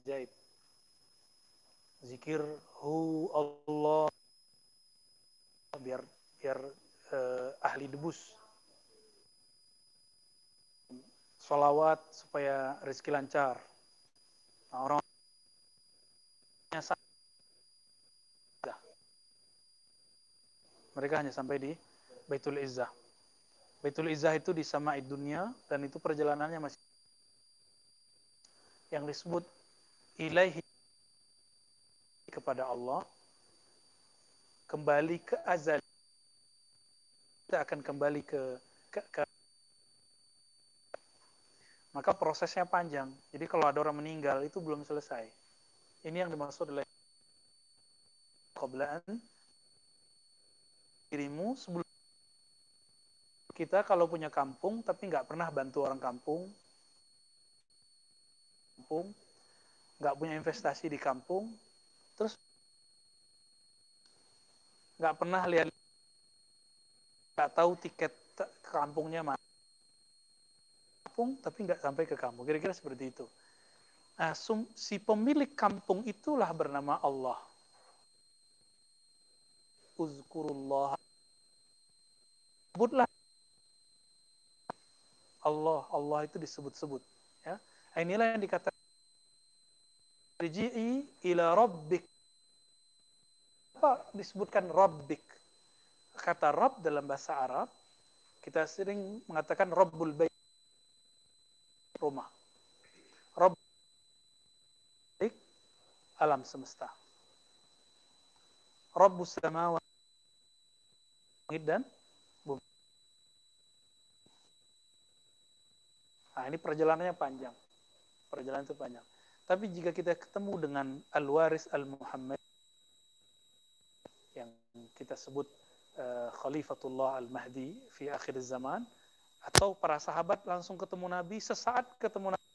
ajaib. Zikir hu Allah, biar biar ahli debus. Sholawat supaya rezeki lancar. Nah, orangnya mereka hanya sampai di Baitul Izzah. Baitul Izzah itu di Sama'id dunia, dan itu perjalanannya masih yang disebut ilaihi, kepada Allah, kembali ke azal. Kita akan kembali ke maka prosesnya panjang. Jadi kalau ada orang meninggal itu belum selesai. Ini yang dimaksud oleh qoblaan dirimu sebelum. Kita kalau punya kampung tapi nggak pernah bantu orang kampung, nggak punya investasi di kampung, terus nggak pernah lihat, nggak tahu tiket ke kampungnya mana, kampung tapi nggak sampai ke kampung. Kira-kira seperti itu. Nah, si pemilik kampung itulah bernama Allah. Uzkurullah. Sebutlah Allah. Allah itu disebut-sebut. Ya. Inilah yang dikatakan riji'i ila rabbik. Apa disebutkan rabbik? Kata Rabb dalam bahasa Arab, kita sering mengatakan Rabbul Bait, rumah. Rabb, alam semesta. Rabbus samawati dan bumi. Nah, ini perjalanannya panjang. Perjalanan itu panjang. Tapi jika kita ketemu dengan Al-Waris Al-Muhammad, yang kita sebut Khalifatullah Al-Mahdi fi akhir zaman, atau para sahabat langsung ketemu Nabi, sesaat ketemu Nabi.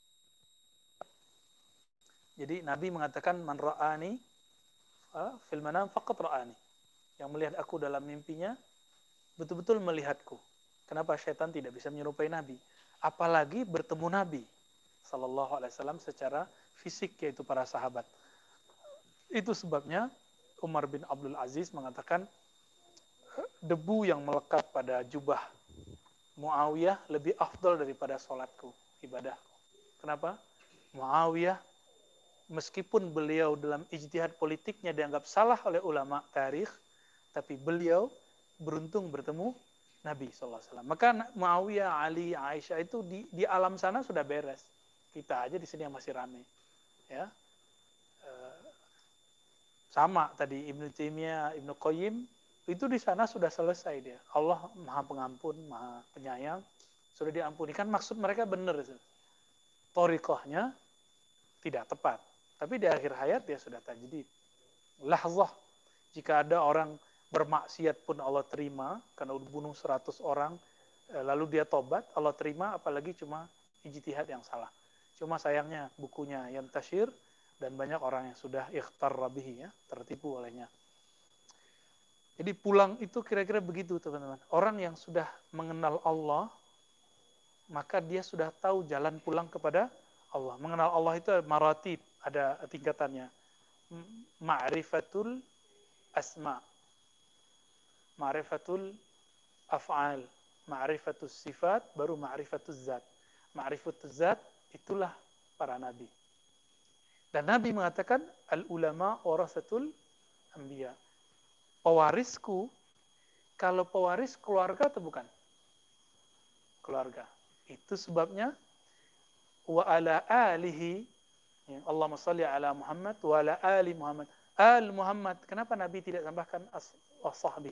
Jadi Nabi mengatakan, man ra'ani fil manam faqat ra'ani. Yang melihat aku dalam mimpinya betul-betul melihatku. Kenapa syaitan tidak bisa menyerupai Nabi? Apalagi bertemu Nabi sallallahu alaihi wasallam secara fisik, yaitu para sahabat. Itu sebabnya Umar bin Abdul Aziz mengatakan, debu yang melekat pada jubah Muawiyah lebih afdal daripada sholatku, ibadahku. Kenapa? Muawiyah, meskipun beliau dalam ijtihad politiknya dianggap salah oleh ulama tarikh, tapi beliau beruntung bertemu Nabi SAW. Maka Muawiyah, Ali, Aisyah itu di alam sana sudah beres. Kita aja di sini yang masih rame. Ya, sama tadi Ibnu Taimiyah, Ibnu Qayyim, itu di sana sudah selesai dia. Allah Maha Pengampun, Maha Penyayang, sudah diampuni. Kan maksud mereka benar itu. Thariqahnya tidak tepat. Tapi di akhir hayat dia sudah tajdid. Lahzah, jika ada orang bermaksiat pun Allah terima, karena udah bunuh 100 orang, lalu dia tobat, Allah terima, apalagi cuma ijtihad yang salah. Cuma sayangnya bukunya yang tasyir, dan banyak orang yang sudah ikhtarra bihi, ya, tertipu olehnya. Jadi pulang itu kira-kira begitu, teman-teman. Orang yang sudah mengenal Allah, maka dia sudah tahu jalan pulang kepada Allah. Mengenal Allah itu maratib, ada tingkatannya. Ma'rifatul asma, ma'rifatul af'al, ma'rifatul sifat, baru ma'rifatul zat. Ma'rifatul zat itulah para nabi. Dan Nabi mengatakan, al-ulama warasatul anbiya. Pewarisku, kalau pewaris keluarga atau bukan? Keluarga. Itu sebabnya wa ala alihi, ya, Allahumma shalli ala Muhammad wa ala ali Muhammad. Al Muhammad. Kenapa Nabi tidak tambahkan as-sahbi?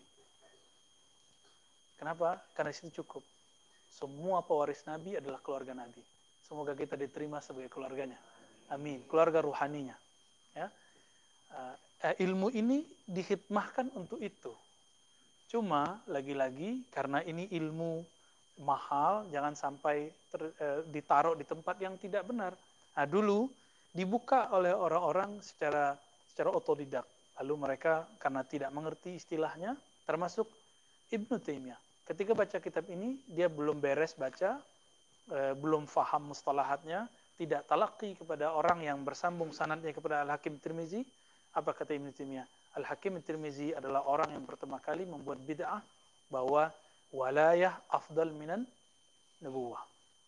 Kenapa? Karena itu cukup. Semua pewaris Nabi adalah keluarga Nabi. Semoga kita diterima sebagai keluarganya. Amin. Keluarga ruhaninya. Ya. Ilmu ini dihikmahkan untuk itu. Cuma lagi-lagi karena ini ilmu mahal, jangan sampai ditaruh di tempat yang tidak benar. Nah, dulu dibuka oleh orang-orang secara otodidak. Lalu mereka karena tidak mengerti istilahnya, termasuk Ibnu Taimiyah. Ketika baca kitab ini, dia belum beres baca, belum faham mustalahatnya, tidak talaqi kepada orang yang bersambung sanadnya kepada Al-Hakim Tirmizi. Apa kata Ibnu Taimiyah? Al-Hakim Tirmizi adalah orang yang pertama kali membuat bid'ah bahwa walayah afdal minan nubuwah,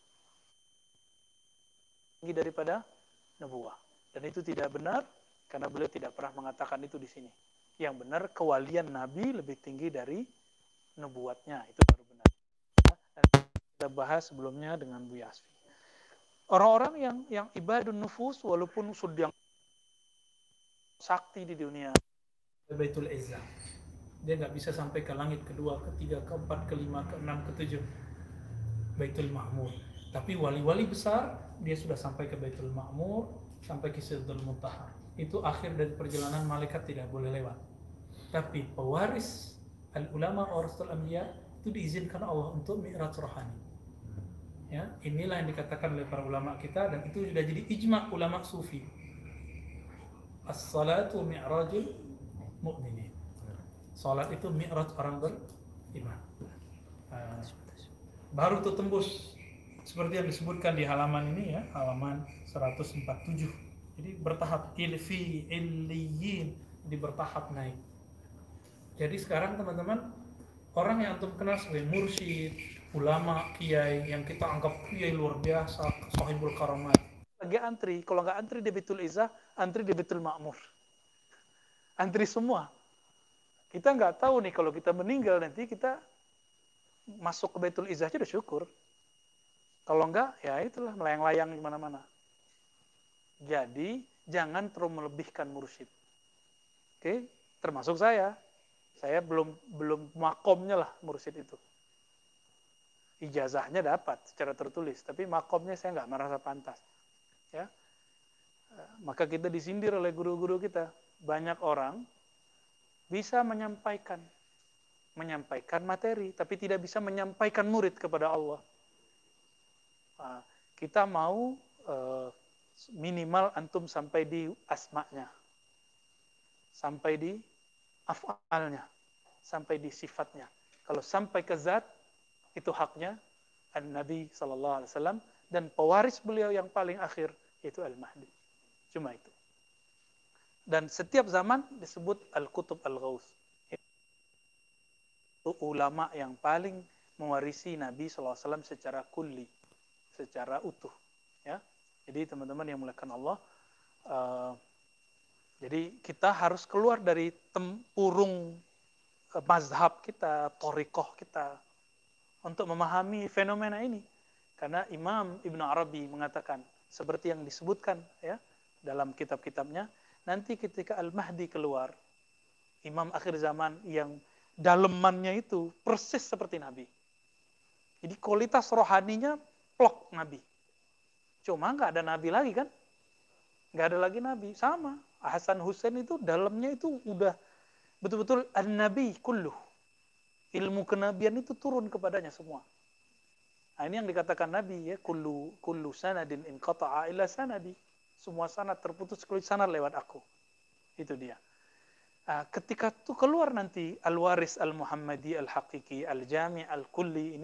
tinggi daripada nubuwah. Dan itu tidak benar karena beliau tidak pernah mengatakan itu di sini. Yang benar kewalian Nabi lebih tinggi dari nubuatnya, itu baru benar. Dan kita bahas sebelumnya dengan Bu Yasfi. Orang-orang yang ibadun nufus walaupun sudah sakti di dunia, Baitul Izzah, dia nggak bisa sampai ke langit kedua, ketiga, keempat, kelima, keenam, ketujuh, Baitul Ma'mur. Tapi wali-wali besar dia sudah sampai ke Baitul Ma'mur, sampai ke Sidratul Muntaha. Itu akhir dari perjalanan, malaikat tidak boleh lewat. Tapi pewaris al-ulama warasatul anbiya itu diizinkan Allah untuk mi'raj rohani. Ya, inilah yang dikatakan oleh para ulama kita, dan itu sudah jadi ijma' ulama sufi. As-salatu mi'rajul mu'minin. Salat itu mi'raj orang beriman. Baru itu tembus seperti yang disebutkan di halaman ini ya, halaman 147. Jadi bertahap, ilfi illiyin, di bertahap naik. Jadi sekarang teman-teman, orang yang antum kenal sebagai mursyid, ulama, kiai yang kita anggap kiai luar biasa, sahibul karamat, lagi antri, kalau nggak antri di Baitul Izzah, antri di Baitul Ma'mur. Antri semua. Kita nggak tahu nih kalau kita meninggal nanti kita masuk ke Baitul Izzah aja udah syukur. Kalau enggak, ya itulah melayang-layang di mana-mana. Jadi jangan terlalu melebihkan mursyid. Oke, termasuk saya. Saya belum makomnya lah mursyid itu. Ijazahnya dapat secara tertulis, tapi makomnya saya nggak merasa pantas. Ya, maka kita disindir oleh guru-guru kita. Banyak orang bisa menyampaikan materi, tapi tidak bisa menyampaikan murid kepada Allah. Nah, kita mau minimal antum sampai di asma'nya, sampai di af'alnya, sampai di sifatnya. Kalau sampai ke zat, itu haknya An-Nabi SAW, dan pewaris beliau yang paling akhir, yaitu Al-Mahdi. Cuma itu. Dan setiap zaman disebut Al-Qutub Al-Ghaus. Itu ulama yang paling mewarisi Nabi SAW secara kulli, secara utuh. Ya. Jadi teman-teman yang muliakan Allah, jadi kita harus keluar dari tempurung mazhab kita, thariqah kita, untuk memahami fenomena ini. Karena Imam Ibn Arabi mengatakan, seperti yang disebutkan ya dalam kitab-kitabnya, nanti ketika Al-Mahdi keluar, imam akhir zaman yang dalemannya itu persis seperti Nabi. Jadi kualitas rohaninya plok Nabi. Cuma nggak ada Nabi lagi kan? Nggak ada lagi Nabi. Sama. Hasan Hussein itu dalamnya itu udah betul-betul an-Nabi kulluh. Ilmu kenabian itu turun kepadanya semua. Nah, ini yang dikatakan Nabi ya, kullu sanadin inqata'a illa sanadi. Semua sanad terputus kecuali sanad lewat aku. Itu dia. Nah, ketika itu keluar nanti al-waris al-Muhammadi al-Haqiqi al-Jami al-Kulli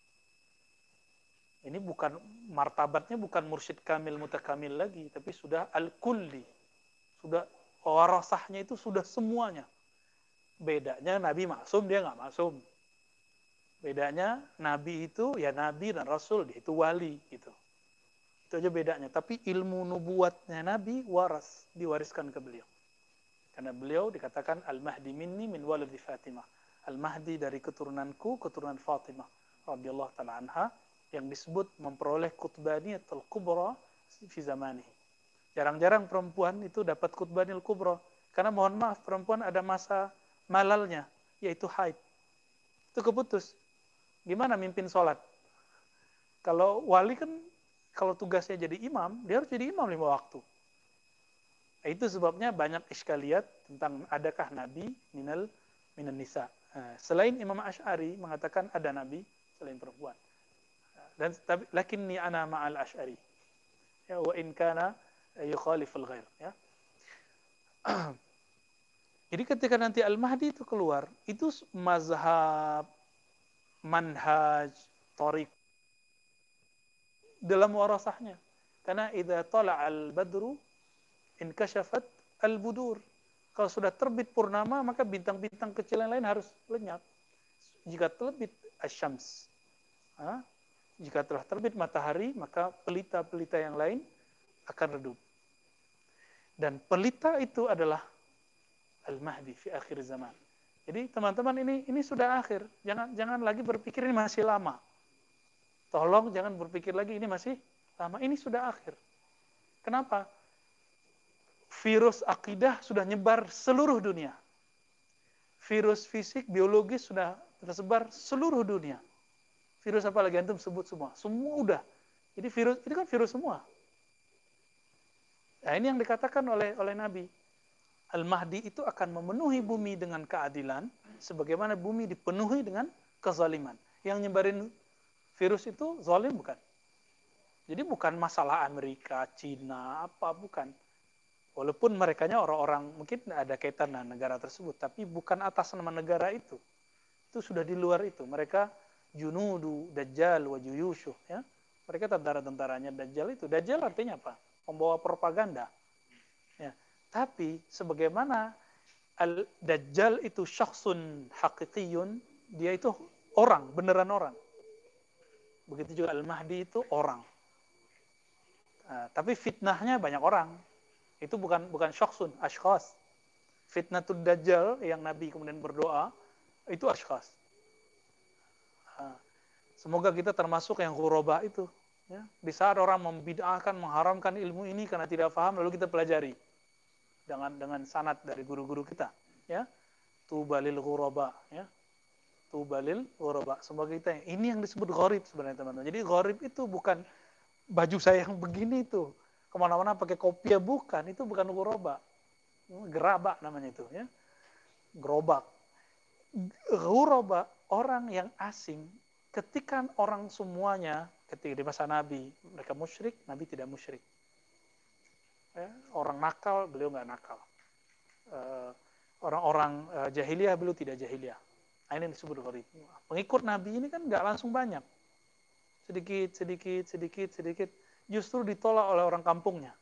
ini bukan martabatnya, bukan mursyid kamil mutakamil lagi, tapi sudah al-Kulli. Sudah warasahnya itu sudah semuanya. Bedanya Nabi maksum, dia nggak maksum. Bedanya Nabi itu ya Nabi dan Rasul, dia itu wali gitu. Itu aja bedanya. Tapi ilmu nubuatnya Nabi waras, diwariskan ke beliau. Karena beliau dikatakan Al-Mahdi minni min waladi Fatimah. Al-Mahdi dari keturunanku, keturunan Fatimah radhiyallahu ta'ala anha, yang disebut memperoleh qutbaniyatul kubra fi zamanihi. Jarang-jarang perempuan itu dapat qutbanil kubra. Karena mohon maaf, perempuan ada masa malalnya, yaitu haid. Itu keputus. Gimana mimpin sholat? Kalau wali kan, kalau tugasnya jadi imam, dia harus jadi imam 5 waktu. Itu sebabnya banyak iskaliat tentang adakah Nabi minan nisa. Selain Imam Asy'ari mengatakan ada Nabi selain perempuan. Dan tapi lakinni ana ma'al Asy'ari. Ya, wa in kana yukhaliful ghair, ya. Jadi ketika nanti Al-Mahdi itu keluar, itu mazhab, manhaj, thariq dalam warasahnya. Karena idza tala'al badru inkashafat al-budur. Kalau sudah terbit purnama, maka bintang-bintang kecil yang lain harus lenyap. Jika terbit asyams, jika telah terbit matahari, maka pelita-pelita yang lain akan redup. Dan pelita itu adalah Al-Mahdi fi akhir zaman. Jadi teman-teman, ini sudah akhir. Jangan lagi berpikir ini masih lama. Tolong jangan berpikir lagi ini masih lama. Ini sudah akhir. Kenapa? Virus akidah sudah nyebar seluruh dunia. Virus fisik, biologis sudah tersebar seluruh dunia. Virus apa lagi antum sebut semua? Semua udah. Jadi virus itu kan virus semua. Nah, ini yang dikatakan oleh Nabi. Al-Mahdi itu akan memenuhi bumi dengan keadilan, sebagaimana bumi dipenuhi dengan kezaliman. Yang nyebarin virus itu zalim bukan? Jadi bukan masalah Amerika, Cina, apa, bukan. Walaupun merekanya orang-orang, mungkin ada kaitan dengan negara tersebut, tapi bukan atas nama negara itu. Itu sudah di luar itu. Mereka junudu, dajjal, wa juyushuh. Ya? Mereka tentara-tentaranya dajjal itu. Dajjal artinya apa? Pembawa propaganda. Ya. Tapi sebagaimana Al-Dajjal itu syakhsun haqiqiyun, dia itu orang, beneran orang. Begitu juga Al-Mahdi itu orang. Tapi fitnahnya banyak orang. Itu bukan syakhsun, ashkhas. Fitnatul Dajjal yang Nabi kemudian berdoa, itu ashkhas. Semoga kita termasuk yang ghuraba itu. Ya. Di saat orang membid'ahkan, mengharamkan ilmu ini karena tidak paham, lalu kita pelajari. Dengan sanad dari guru-guru kita. Ya. Tubalil ghuraba. Ya. Tubalil ghuraba. Semoga kita, ini yang disebut gharib sebenarnya teman-teman. Jadi gharib itu bukan baju saya yang begini itu. Kemana-mana pakai kopiah, bukan. Itu bukan ghuraba. Gerabak namanya itu. Ya. Gerobak. Ghuraba, orang yang asing, ketika orang semuanya, ketika di masa Nabi, mereka musyrik, Nabi tidak musyrik. Ya, orang nakal, beliau nggak nakal. Orang-orang jahiliyah, beliau tidak jahiliyah. Nah, ini disebut gharib. Pengikut Nabi ini kan nggak langsung banyak. Sedikit. Justru ditolak oleh orang kampungnya.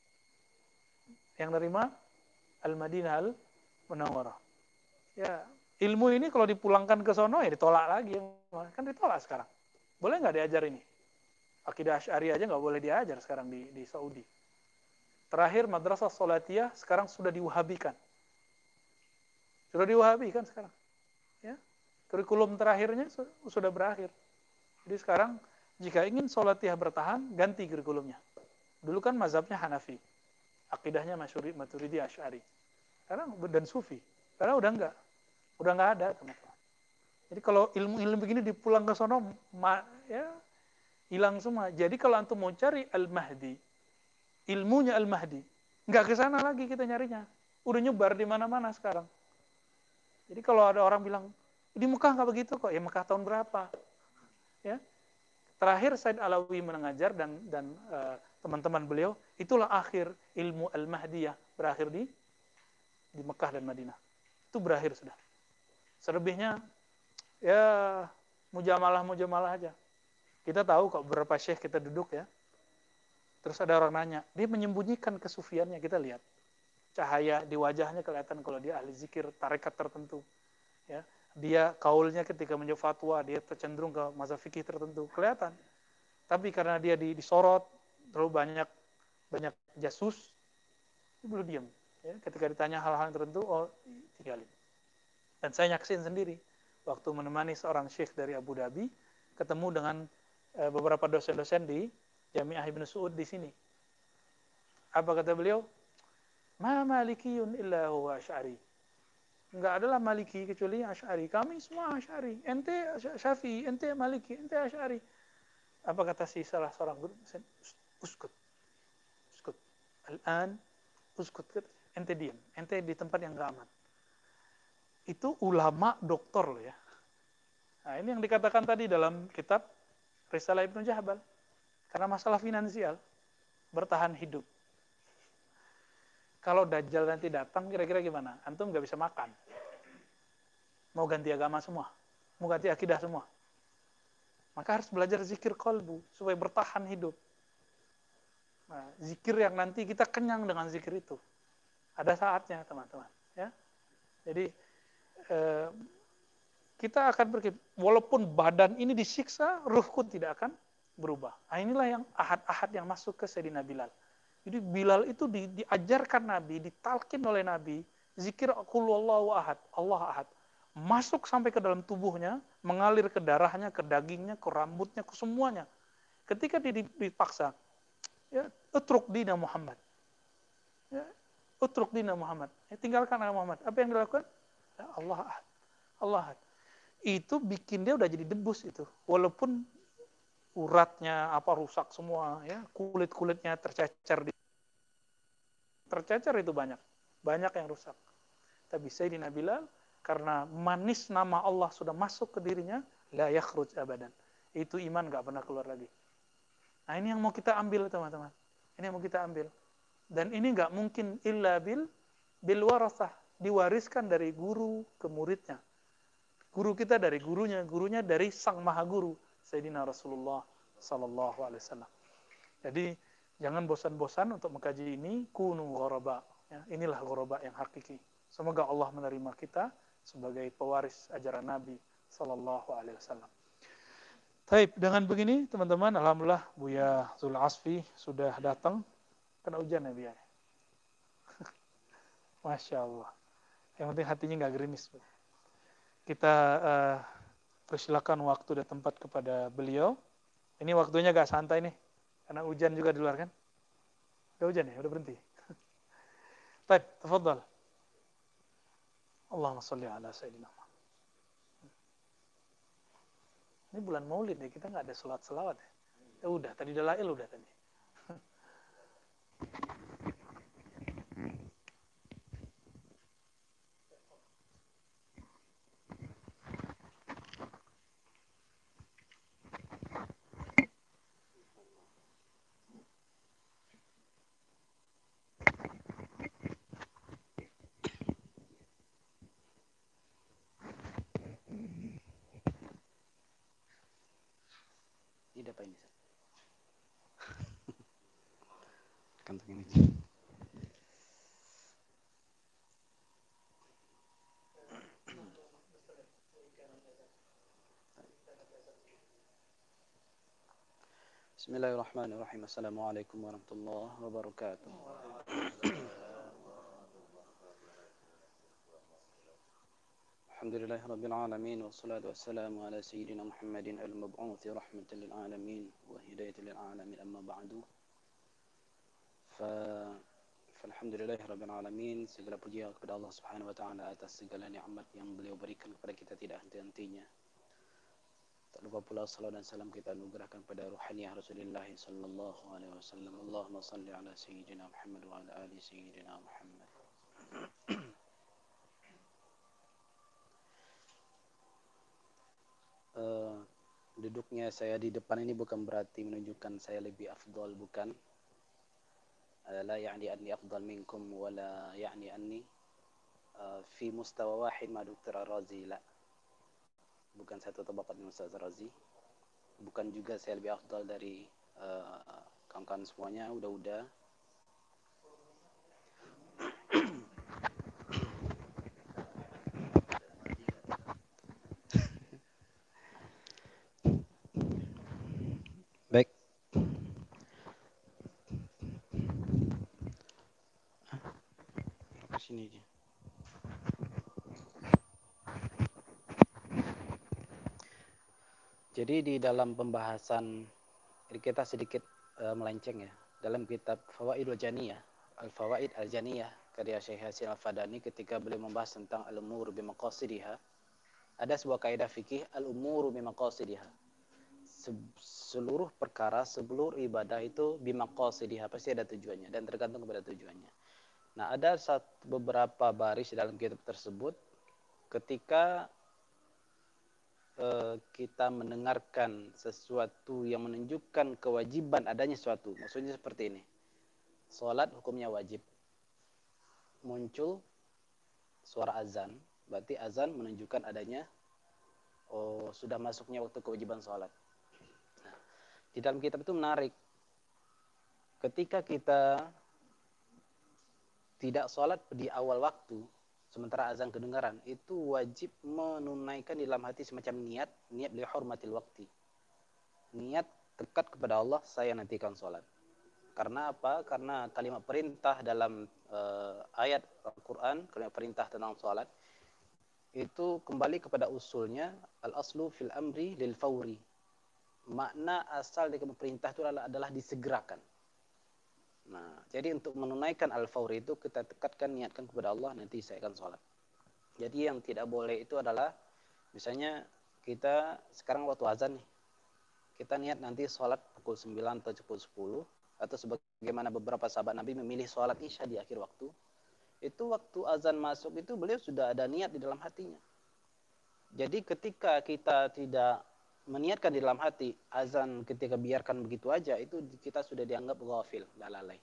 Yang nerima Al-Madinah Al-Munawwarah. Ya, ilmu ini kalau dipulangkan ke sono ya ditolak lagi. Kan ditolak sekarang. Boleh nggak diajar ini? Akidah Asy'ari aja nggak boleh diajar sekarang di Saudi. Terakhir madrasah Salatiyah sekarang sudah diwahabikan. Sudah diwahabikan sekarang. Ya. Kurikulum terakhirnya sudah berakhir. Jadi sekarang jika ingin Salatiyah bertahan, ganti kurikulumnya. Dulu kan mazhabnya Hanafi. Akidahnya Maturidi Asy'ari. Sekarang dan Sufi. Karena udah nggak ada, teman-teman. Jadi kalau ilmu-ilmu begini dipulang ke sono, ya hilang semua. Jadi kalau antum mau cari Al-Mahdi, ilmunya Al-Mahdi, nggak ke sana lagi kita nyarinya. Udah nyebar di mana-mana sekarang. Jadi kalau ada orang bilang, di Mekah nggak begitu kok. Ya Mekah tahun berapa? Ya. Terakhir Said Alawi mengajar dan teman-teman beliau, itulah akhir ilmu Al-Mahdiyah berakhir di Mekah dan Madinah. Itu berakhir sudah. Selebihnya ya mujamalah aja. Kita tahu kok beberapa syekh kita duduk ya. Terus ada orang nanya, dia menyembunyikan kesufiannya, kita lihat. Cahaya di wajahnya kelihatan kalau dia ahli zikir, tarekat tertentu. Ya. Dia kaulnya ketika menjawab fatwa, dia tercenderung ke mazhab fikih tertentu, kelihatan. Tapi karena dia disorot, terlalu banyak jasus, dia belum diam. Ya. Ketika ditanya hal-hal tertentu, tinggalin. Dan saya nyaksin sendiri, waktu menemani seorang syekh dari Abu Dhabi, ketemu dengan beberapa dosen-dosen di Jami'ah Ibn Su'ud di sini. Apa kata beliau? Ma malikiyun illa huwa asy'ari. Enggak adalah maliki kecuali asy'ari. Kami semua asy'ari. Ente syafi'i, ente maliki, ente asy'ari. Apa kata si salah seorang guru? Uskut. Al-an, uskut. Ente diam. Ente di tempat yang gak aman. Itu ulama doktor loh ya. Nah, ini yang dikatakan tadi dalam kitab Risalah Ibnu Jahbal. Karena masalah finansial, bertahan hidup. Kalau Dajjal nanti datang, kira-kira gimana? Antum nggak bisa makan. Mau ganti agama semua. Mau ganti akidah semua. Maka harus belajar zikir qalbu, supaya bertahan hidup. Nah, zikir yang nanti kita kenyang dengan zikir itu. Ada saatnya, teman-teman. Ya, jadi kita akan berpikir, walaupun badan ini disiksa, ruhku tidak akan berubah. Nah, inilah yang ahad-ahad yang masuk ke Sayyidina Bilal. Jadi Bilal itu diajarkan Nabi, ditalkin oleh Nabi, zikir qul huwallahu ahad, Allah ahad. Masuk sampai ke dalam tubuhnya, mengalir ke darahnya, ke dagingnya, ke rambutnya, ke semuanya. Ketika dipaksa, ya, utruk dina Muhammad. Ya, utruk dina Muhammad. Ya, tinggalkan agama Muhammad. Apa yang dilakukan? Ya, Allah ahad. Allah ahad. Itu bikin dia udah jadi debus itu. Walaupun uratnya apa rusak semua, ya, kulit-kulitnya tercecer itu banyak yang rusak. Tapi Sayyidina Bilal karena manis nama Allah sudah masuk ke dirinya, la yakhruj abadan. Itu iman gak pernah keluar lagi. Nah, ini yang mau kita ambil, teman-teman. Ini yang mau kita ambil. Dan ini gak mungkin illa bil warasah, diwariskan dari guru ke muridnya. Guru kita dari gurunya, gurunya dari sang maha guru, Sayyidina Rasulullah sallallahu alaihi wasallam. Jadi jangan bosan-bosan untuk mengkaji ini, kunu ghuraba. Ya, inilah ghuraba yang hakiki. Semoga Allah menerima kita sebagai pewaris ajaran Nabi sallallahu alaihi wasallam. Baik, dengan begini teman-teman, alhamdulillah Buya Zul Asfi sudah datang. Kena hujan ya Buya. Masya Allah. Yang penting hatinya nggak gerimis. Kita persilakan waktu dan tempat kepada beliau. Ini waktunya agak santai nih, karena hujan juga di luar kan. Udah hujan ya, udah berhenti. Baik, tafadhal. Allahumma sholli ala sayyidina Muhammad. Ini bulan Maulid ya, kita nggak ada sholat selawat ya. Ya udah, tadi dalail udah tadi. Ini apa ini? Kantong ini. Bismillahirrahmanirrahim. Assalamualaikum warahmatullahi wabarakatuh. Alhamdulillahi rabbil alamin wassalatu wassalamu ala sayyidina Muhammadin al-mab'uthi rahmatan lil alamin wa hidayatan lil alamin amma ba'du. Alhamdulillahi rabbil alamin, segala puji kepada Allah Subhanahu wa taala atas segala nikmat yang beliau berikan kepada kita tidak henti-hentinya. Tak lupa pula salam dan salam kita anugerahkan pada ruhaniyah Rasulullah sallallahu alaihi wasallam. Allahumma salli ala sayyidina Muhammad wa ala ali sayyidina Muhammad. Duduknya saya di depan ini bukan berarti menunjukkan saya lebih afdal, bukan. La ya'ni anni afdal minkum wa la ya'ni anni fi mustawa wahid ma Dr. Ar-Razi, la. Bukan satu tabaqat dengan Ustaz Razi. Bukan juga saya lebih afdal dari kawan-kawan semuanya, udah. Baik. Ke sini aja. Jadi di dalam pembahasan kita sedikit melenceng ya. Dalam kitab Fawaidul Janiyah, Al-Fawaid Al-Janiyah karya Syekh Hasan Al-Fadani, ketika beliau membahas tentang al-umur bimaqasidiha, ada sebuah kaidah fikih, al-umuru bimaqasidiha. Seluruh perkara, seluruh ibadah itu bimaqasidiha, pasti ada tujuannya dan tergantung kepada tujuannya. Nah, ada beberapa baris dalam kitab tersebut ketika kita mendengarkan sesuatu yang menunjukkan kewajiban adanya sesuatu. Maksudnya seperti ini. Salat hukumnya wajib. Muncul suara azan, berarti azan menunjukkan adanya sudah masuknya waktu kewajiban salat. Nah, di dalam kitab itu menarik. ketika kita tidak sholat di awal waktu, sementara azan kedengaran, itu wajib menunaikan di dalam hati semacam niat lihurmatil waqti. Niat dekat kepada Allah, saya nantikan sholat. Karena apa? Karena kalimat perintah dalam ayat Al-Quran, kalimat perintah tentang sholat, itu kembali kepada usulnya, al-aslu fil amri lil fawri. Makna asal dari perintah itu adalah disegerakan. Nah, jadi untuk menunaikan al-fawri itu kita tekatkan, niatkan kepada Allah, nanti saya akan sholat. Jadi yang tidak boleh itu adalah, misalnya kita sekarang waktu azan nih, kita niat nanti sholat pukul 9 atau pukul 10, atau sebagaimana beberapa sahabat Nabi memilih sholat isya di akhir waktu, itu waktu azan masuk itu beliau sudah ada niat di dalam hatinya. Jadi ketika kita tidak meniatkan di dalam hati, azan ketika biarkan begitu aja, itu kita sudah dianggap ghafil, lalai.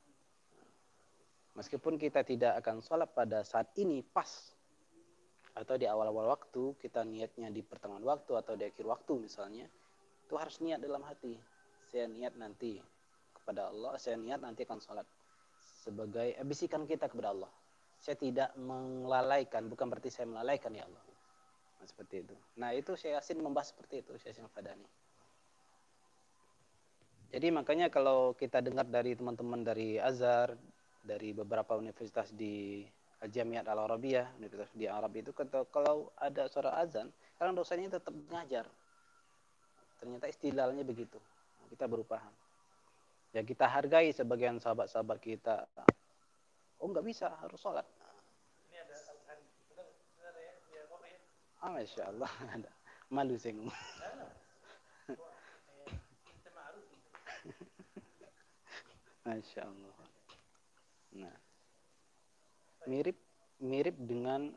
Meskipun kita tidak akan sholat pada saat ini pas, atau di awal-awal waktu, kita niatnya di pertengahan waktu atau di akhir waktu misalnya, itu harus niat dalam hati. Saya niat nanti kepada Allah, saya niat nanti akan sholat. Sebagai bisikan kita kepada Allah. Saya tidak melalaikan, bukan berarti saya melalaikan ya Allah. Nah, seperti itu. Nah, itu Syekh Yasin membahas seperti itu, Syekh Yasin Al-Fadani. Jadi makanya kalau kita dengar dari teman-teman dari Azhar, dari beberapa universitas di Al-Jamiat Al-Arabiyah, universitas di Arab itu, kalau ada suara azan, kadang dosennya tetap mengajar. Ternyata istilahnya begitu. Kita baru paham. Ya kita hargai sebagian sahabat-sahabat kita. Oh nggak bisa, harus sholat. Ini ada Al-Azhar. Benar ya? Ya, Bapak ya. Ah, Masya Allah. Malu saya ngomong. Masya Allah. Nah, mirip dengan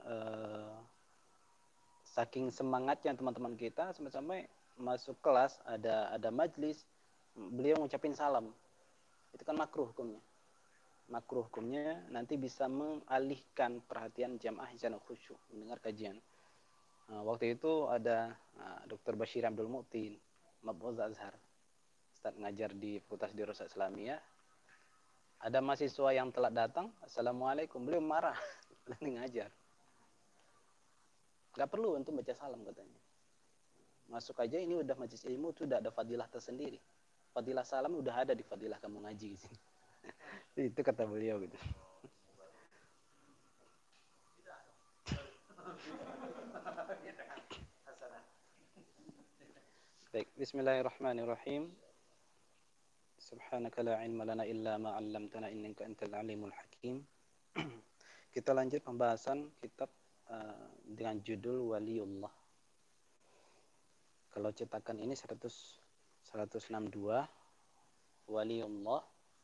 saking semangatnya teman-teman kita, sampai masuk kelas ada majlis, beliau ngucapin salam. Itu kan makruh hukumnya. Makruh hukumnya nanti bisa mengalihkan perhatian jamaah yang khusyuk mendengar kajian. Waktu itu ada Dr. Bashir Abdul Mu'tin, Mab'udz Azhar, Ustaz ngajar di Fakultas Dirasat Islamiyah. Ada mahasiswa yang telat datang, Assalamualaikum, beliau marah, lagi ngajar. Gak perlu untuk baca salam katanya. Masuk aja, ini udah majelis ilmu, sudah ada fadilah tersendiri. Fadilah salam udah ada di fadilah kamu ngaji di sini. Itu kata beliau gitu. Baik, bismillahirrahmanirrahim. Subhanaka la ilma lana illa ma 'allamtana innaka antal alimul hakim. Kita lanjut pembahasan kitab dengan judul Waliullah. Kalau cetakan ini 162 Waliullah.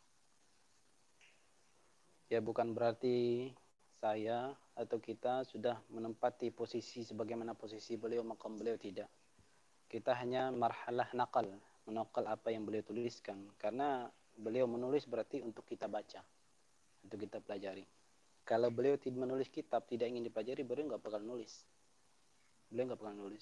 Ya bukan berarti saya atau kita sudah menempati posisi sebagaimana posisi beliau, maqam beliau, tidak. Kita hanya marhalah nakal, menakal apa yang beliau tuliskan. Karena beliau menulis berarti untuk kita baca, untuk kita pelajari. Kalau beliau tidak menulis kitab, tidak ingin dipelajari, beliau nggak bakal nulis. Beliau nggak bakal nulis.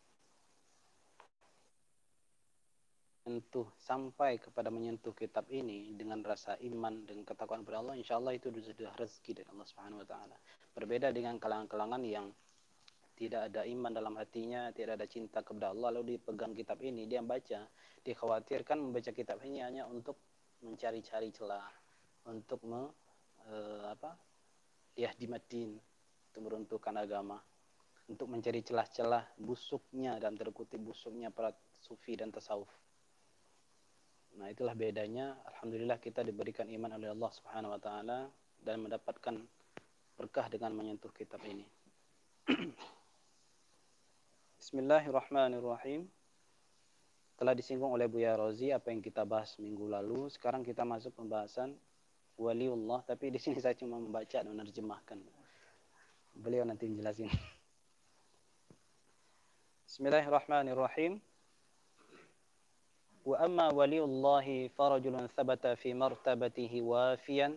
Sampai kepada menyentuh kitab ini dengan rasa iman dan ketakwaan kepada Allah, insya Allah itu sudah rezeki dari Allah Subhanahu Wa Taala. Berbeda dengan kalangan-kalangan yang tidak ada iman dalam hatinya, tidak ada cinta kepada Allah, lalu dipegang kitab ini, dia baca, dikhawatirkan membaca kitab ini hanya untuk mencari-cari celah, untuk yahdimaddin, untuk meruntuhkan agama, untuk mencari celah-celah busuknya dan terkutip busuknya para sufi dan tasawuf. Nah, itulah bedanya. Alhamdulillah kita diberikan iman oleh Allah Subhanahu Wa Taala dan mendapatkan berkah dengan menyentuh kitab ini. Bismillahirrahmanirrahim. Telah disinggung oleh Buya Rozi apa yang kita bahas minggu lalu. Sekarang kita masuk pembahasan Waliullah, tapi di sini saya cuma membaca dan menerjemahkan. Beliau nanti menjelasin. Bismillahirrahmanirrahim. Wa amma waliullahi farajulun thabata fi martabatihi wafiyan.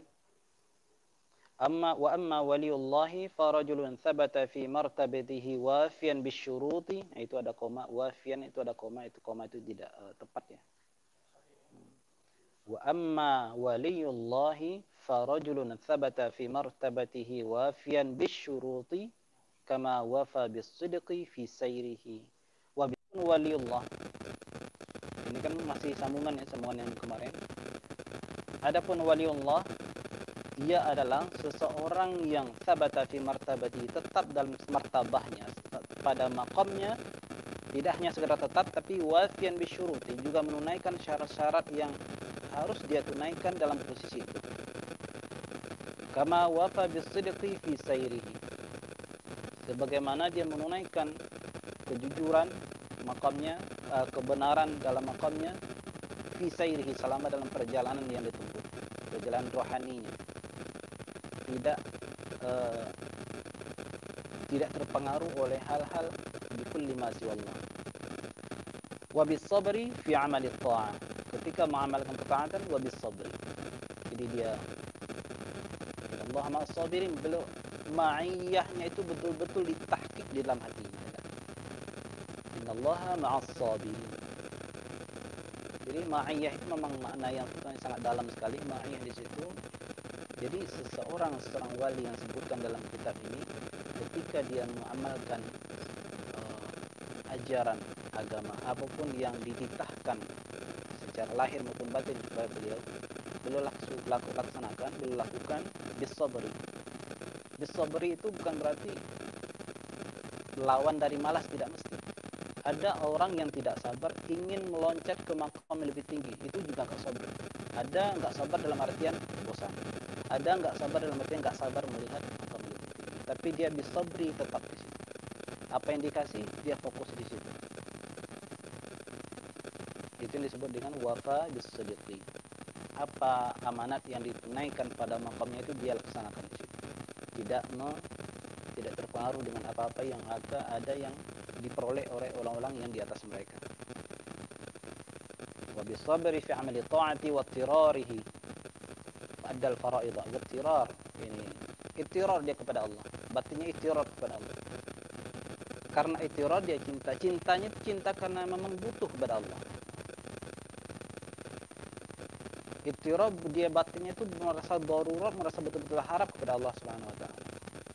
Wa amma waliullahi farajulun thabata fi martabatihi wafiyan bisyuruti. Itu ada koma, wafiyan itu ada koma, itu koma itu tidak tepat ya. Wa amma waliyullahi farajulun thabata fi martabatihi wafiyan bisyuruti kama wafa bisidqi fi sayrihi. Wa waliyullah. Ini kan masih sambungan ya, sambungan yang kemarin. Adapun waliullah, dia adalah seseorang yang thabata fi martabati, tetap dalam martabahnya, pada makamnya, tidak hanya sekedar tetap, tapi wafian bisyuruti, juga menunaikan syarat-syarat yang harus dia tunaikan dalam posisi itu. Kama wafa bisidqi fi sayrihi, sebagaimana dia menunaikan kejujuran makamnya, kebenaran dalam makamnya, fi sayrihi, selama dalam perjalanan yang ditempuh, perjalanan rohaninya, tidak terpengaruh oleh hal-hal bikulli ma siwallah. Wa bisabri fi amali ta'ah, ketika mengamalkan ketaatan, wa bisabri, jadi dia Allah ma'as sabirin, belum ma'iyahnya itu betul-betul ditahqiq di dalam hatinya. Innallaha ma'as sabirin. Jadi ma'iyah itu memang makna yang sangat dalam sekali, ma'iyah di situ. Jadi seorang wali yang disebutkan dalam kitab ini, ketika dia mengamalkan ajaran agama apapun yang dititahkan secara lahir maupun batin kepada beliau lakukan bisabri. Bisabri itu bukan berarti lawan dari malas, tidak mesti. Ada orang yang tidak sabar ingin meloncat ke makam yang lebih tinggi, itu juga nggak sabar. Ada nggak sabar dalam artian bosan. Ada nggak sabar dalam artian nggak sabar melihat makam lebih tinggi. Tapi dia bisabri, tetap di situ. Apa yang dikasih, dia fokus di situ. Itu yang disebut dengan wafa bisidqi. Apa amanat yang ditunaikan pada makamnya itu dia laksanakan di situ. Tidak terpengaruh dengan apa-apa yang ada yang diperoleh oleh orang-orang yang di atas mereka. Wa bisabri fi amali ta'ati wa tirarihi adal faraid. Wa tirar, ini ittirar dia kepada Allah, batinnya ittirar kepada Allah. Karena ittirar dia cintanya cinta karena memang butuh kepada Allah. Ittirar dia batinnya itu merasa darurat, merasa betul-betul harap kepada Allah Subhanahu wa taala.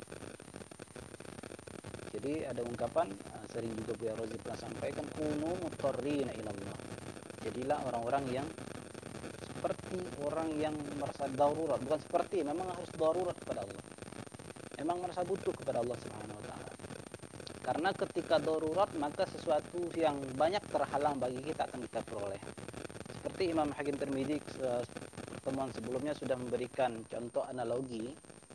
Jadi ada ungkapan sering juga Buya Razi pernah sampaikan, kunu mutarrina ila Allah. Jadilah orang-orang yang seperti orang yang merasa darurat, bukan seperti, memang harus darurat kepada Allah. Memang merasa butuh kepada Allah Subhanahu wa taala. Karena ketika darurat, maka sesuatu yang banyak terhalang bagi kita akan kita peroleh. Seperti Imam Hakim Tirmidzi pertemuan sebelumnya sudah memberikan contoh analogi.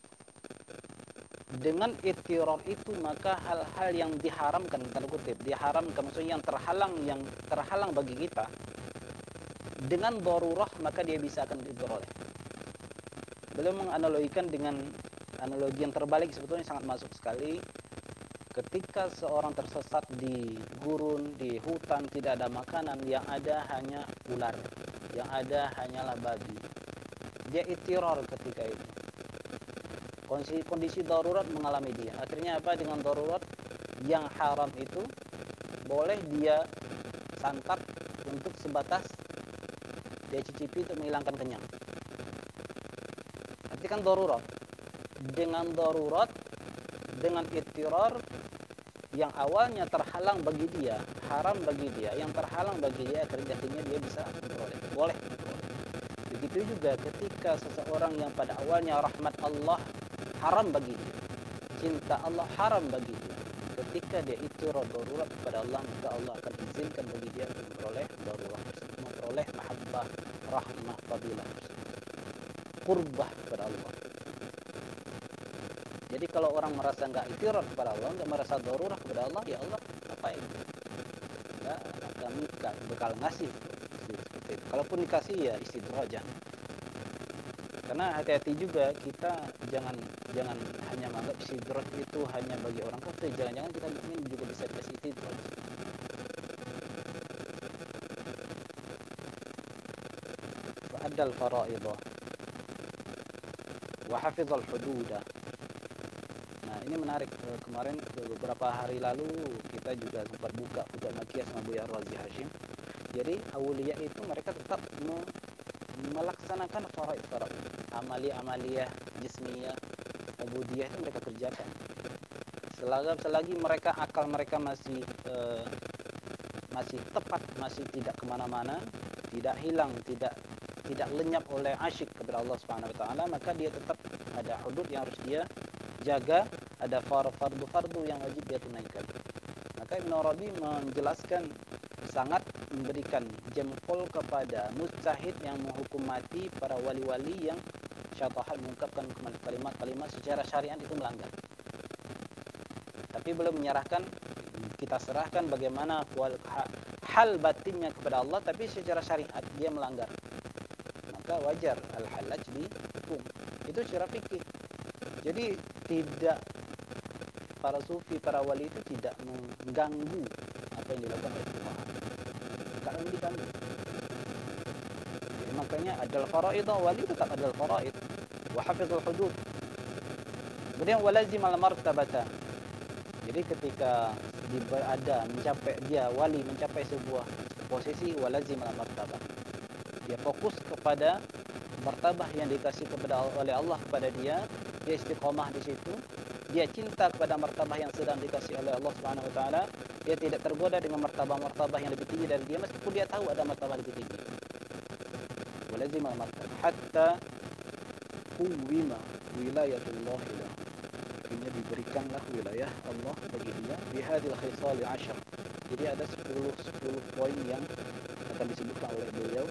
Dengan ittirar itu, maka hal-hal yang diharamkan, tanda kutip, diharamkan, maksudnya yang terhalang bagi kita, dengan darurah maka dia bisa akan diperoleh. Beliau menganalogikan dengan analogi yang terbalik, sebetulnya sangat masuk sekali. Ketika seorang tersesat di gurun, di hutan, tidak ada makanan, yang ada hanya ular, yang ada hanyalah babi. Dia ittirar ketika itu. Kondisi darurat mengalami dia. Akhirnya apa? Dengan darurat, yang haram itu boleh dia santap untuk sebatas dia cicipi untuk menghilangkan kenyang. Artinya kan darurat. Dengan darurat, dengan ittirar, yang awalnya terhalang bagi dia, haram bagi dia, yang terhalang bagi dia, akhirnya dia bisa memperoleh. Boleh memperoleh. Begitu juga ketika seseorang yang pada awalnya rahmat Allah haram bagi dia, cinta Allah haram bagi dia, ketika dia ittirar darurat kepada Allah, maka Allah akan izinkan bagi dia untuk memperoleh darurat tersebut, memperoleh mahabbah, rahmah, fadilah tersebut, qurbah kepada Allah. Jadi kalau orang merasa nggak ittirar kepada Allah, nggak merasa darurat kepada Allah, ya Allah ngapain? Ya, kami bakal ngasih seperti itu. Kalaupun dikasih ya istidrajan. Karena hati-hati juga, kita jangan hanya menganggap istidraj itu hanya bagi orang kafir. Jangan-jangan kita mungkin juga bisa dikasih istidraj. Fa'addal faraidah wa hafizal hududa. Nah, ini menarik. Kemarin beberapa hari lalu kita juga sempat buka Futuhat Makkiyah sama Buya Razi Hashim. Jadi awliya itu mereka tetap melaksanakan faraid-faraid, amalia-amalia jismiyah, ubudiyah itu mereka kerjakan. Selagi mereka akal mereka masih tepat, masih tidak kemana-mana, tidak hilang, tidak lenyap oleh asyik kepada Allah Subhanahu Wa Taala, maka dia tetap ada hudud yang harus dia jaga, ada fardu-fardu yang wajib dia tunaikan. Maka Ibn Arabi menjelaskan, sangat memberikan jempol kepada mujtahid yang menghukum mati para wali-wali yang syatahat mengungkapkan kalimat-kalimat secara syariat itu melanggar. Tapi belum menyerahkan, kita serahkan bagaimana hal batinnya kepada Allah, tapi secara syariat dia melanggar, maka wajar al-halaj dihukum. Itu secara fikih. Jadi tidak, para sufi, para wali itu tidak mengganggu apa yang dilakukan oleh fuqaha, karena diganggu. Jadi makanya adal faraid, wali tetap adal faraid wa hafizul hudud. Kemudian walazim al-martabata. Jadi ketika wali mencapai sebuah posisi, walazim al-martabah, dia fokus kepada martabah yang dikasih oleh Allah kepada dia istiqomah di situ. Dia cinta kepada martabah yang sedang dikasih oleh Allah Subhanahu Wa Taala. Dia tidak tergoda dengan martabah-martabah yang lebih tinggi dari dia, meskipun dia tahu ada martabah lebih tinggi. Walazim al-martabah hatta quwima wilayatullah ila. Akhirnya diberikanlah wilayah Allah bagi dia bihadil khisali 10. Jadi ada 10 poin yang akan disebutkan oleh beliau.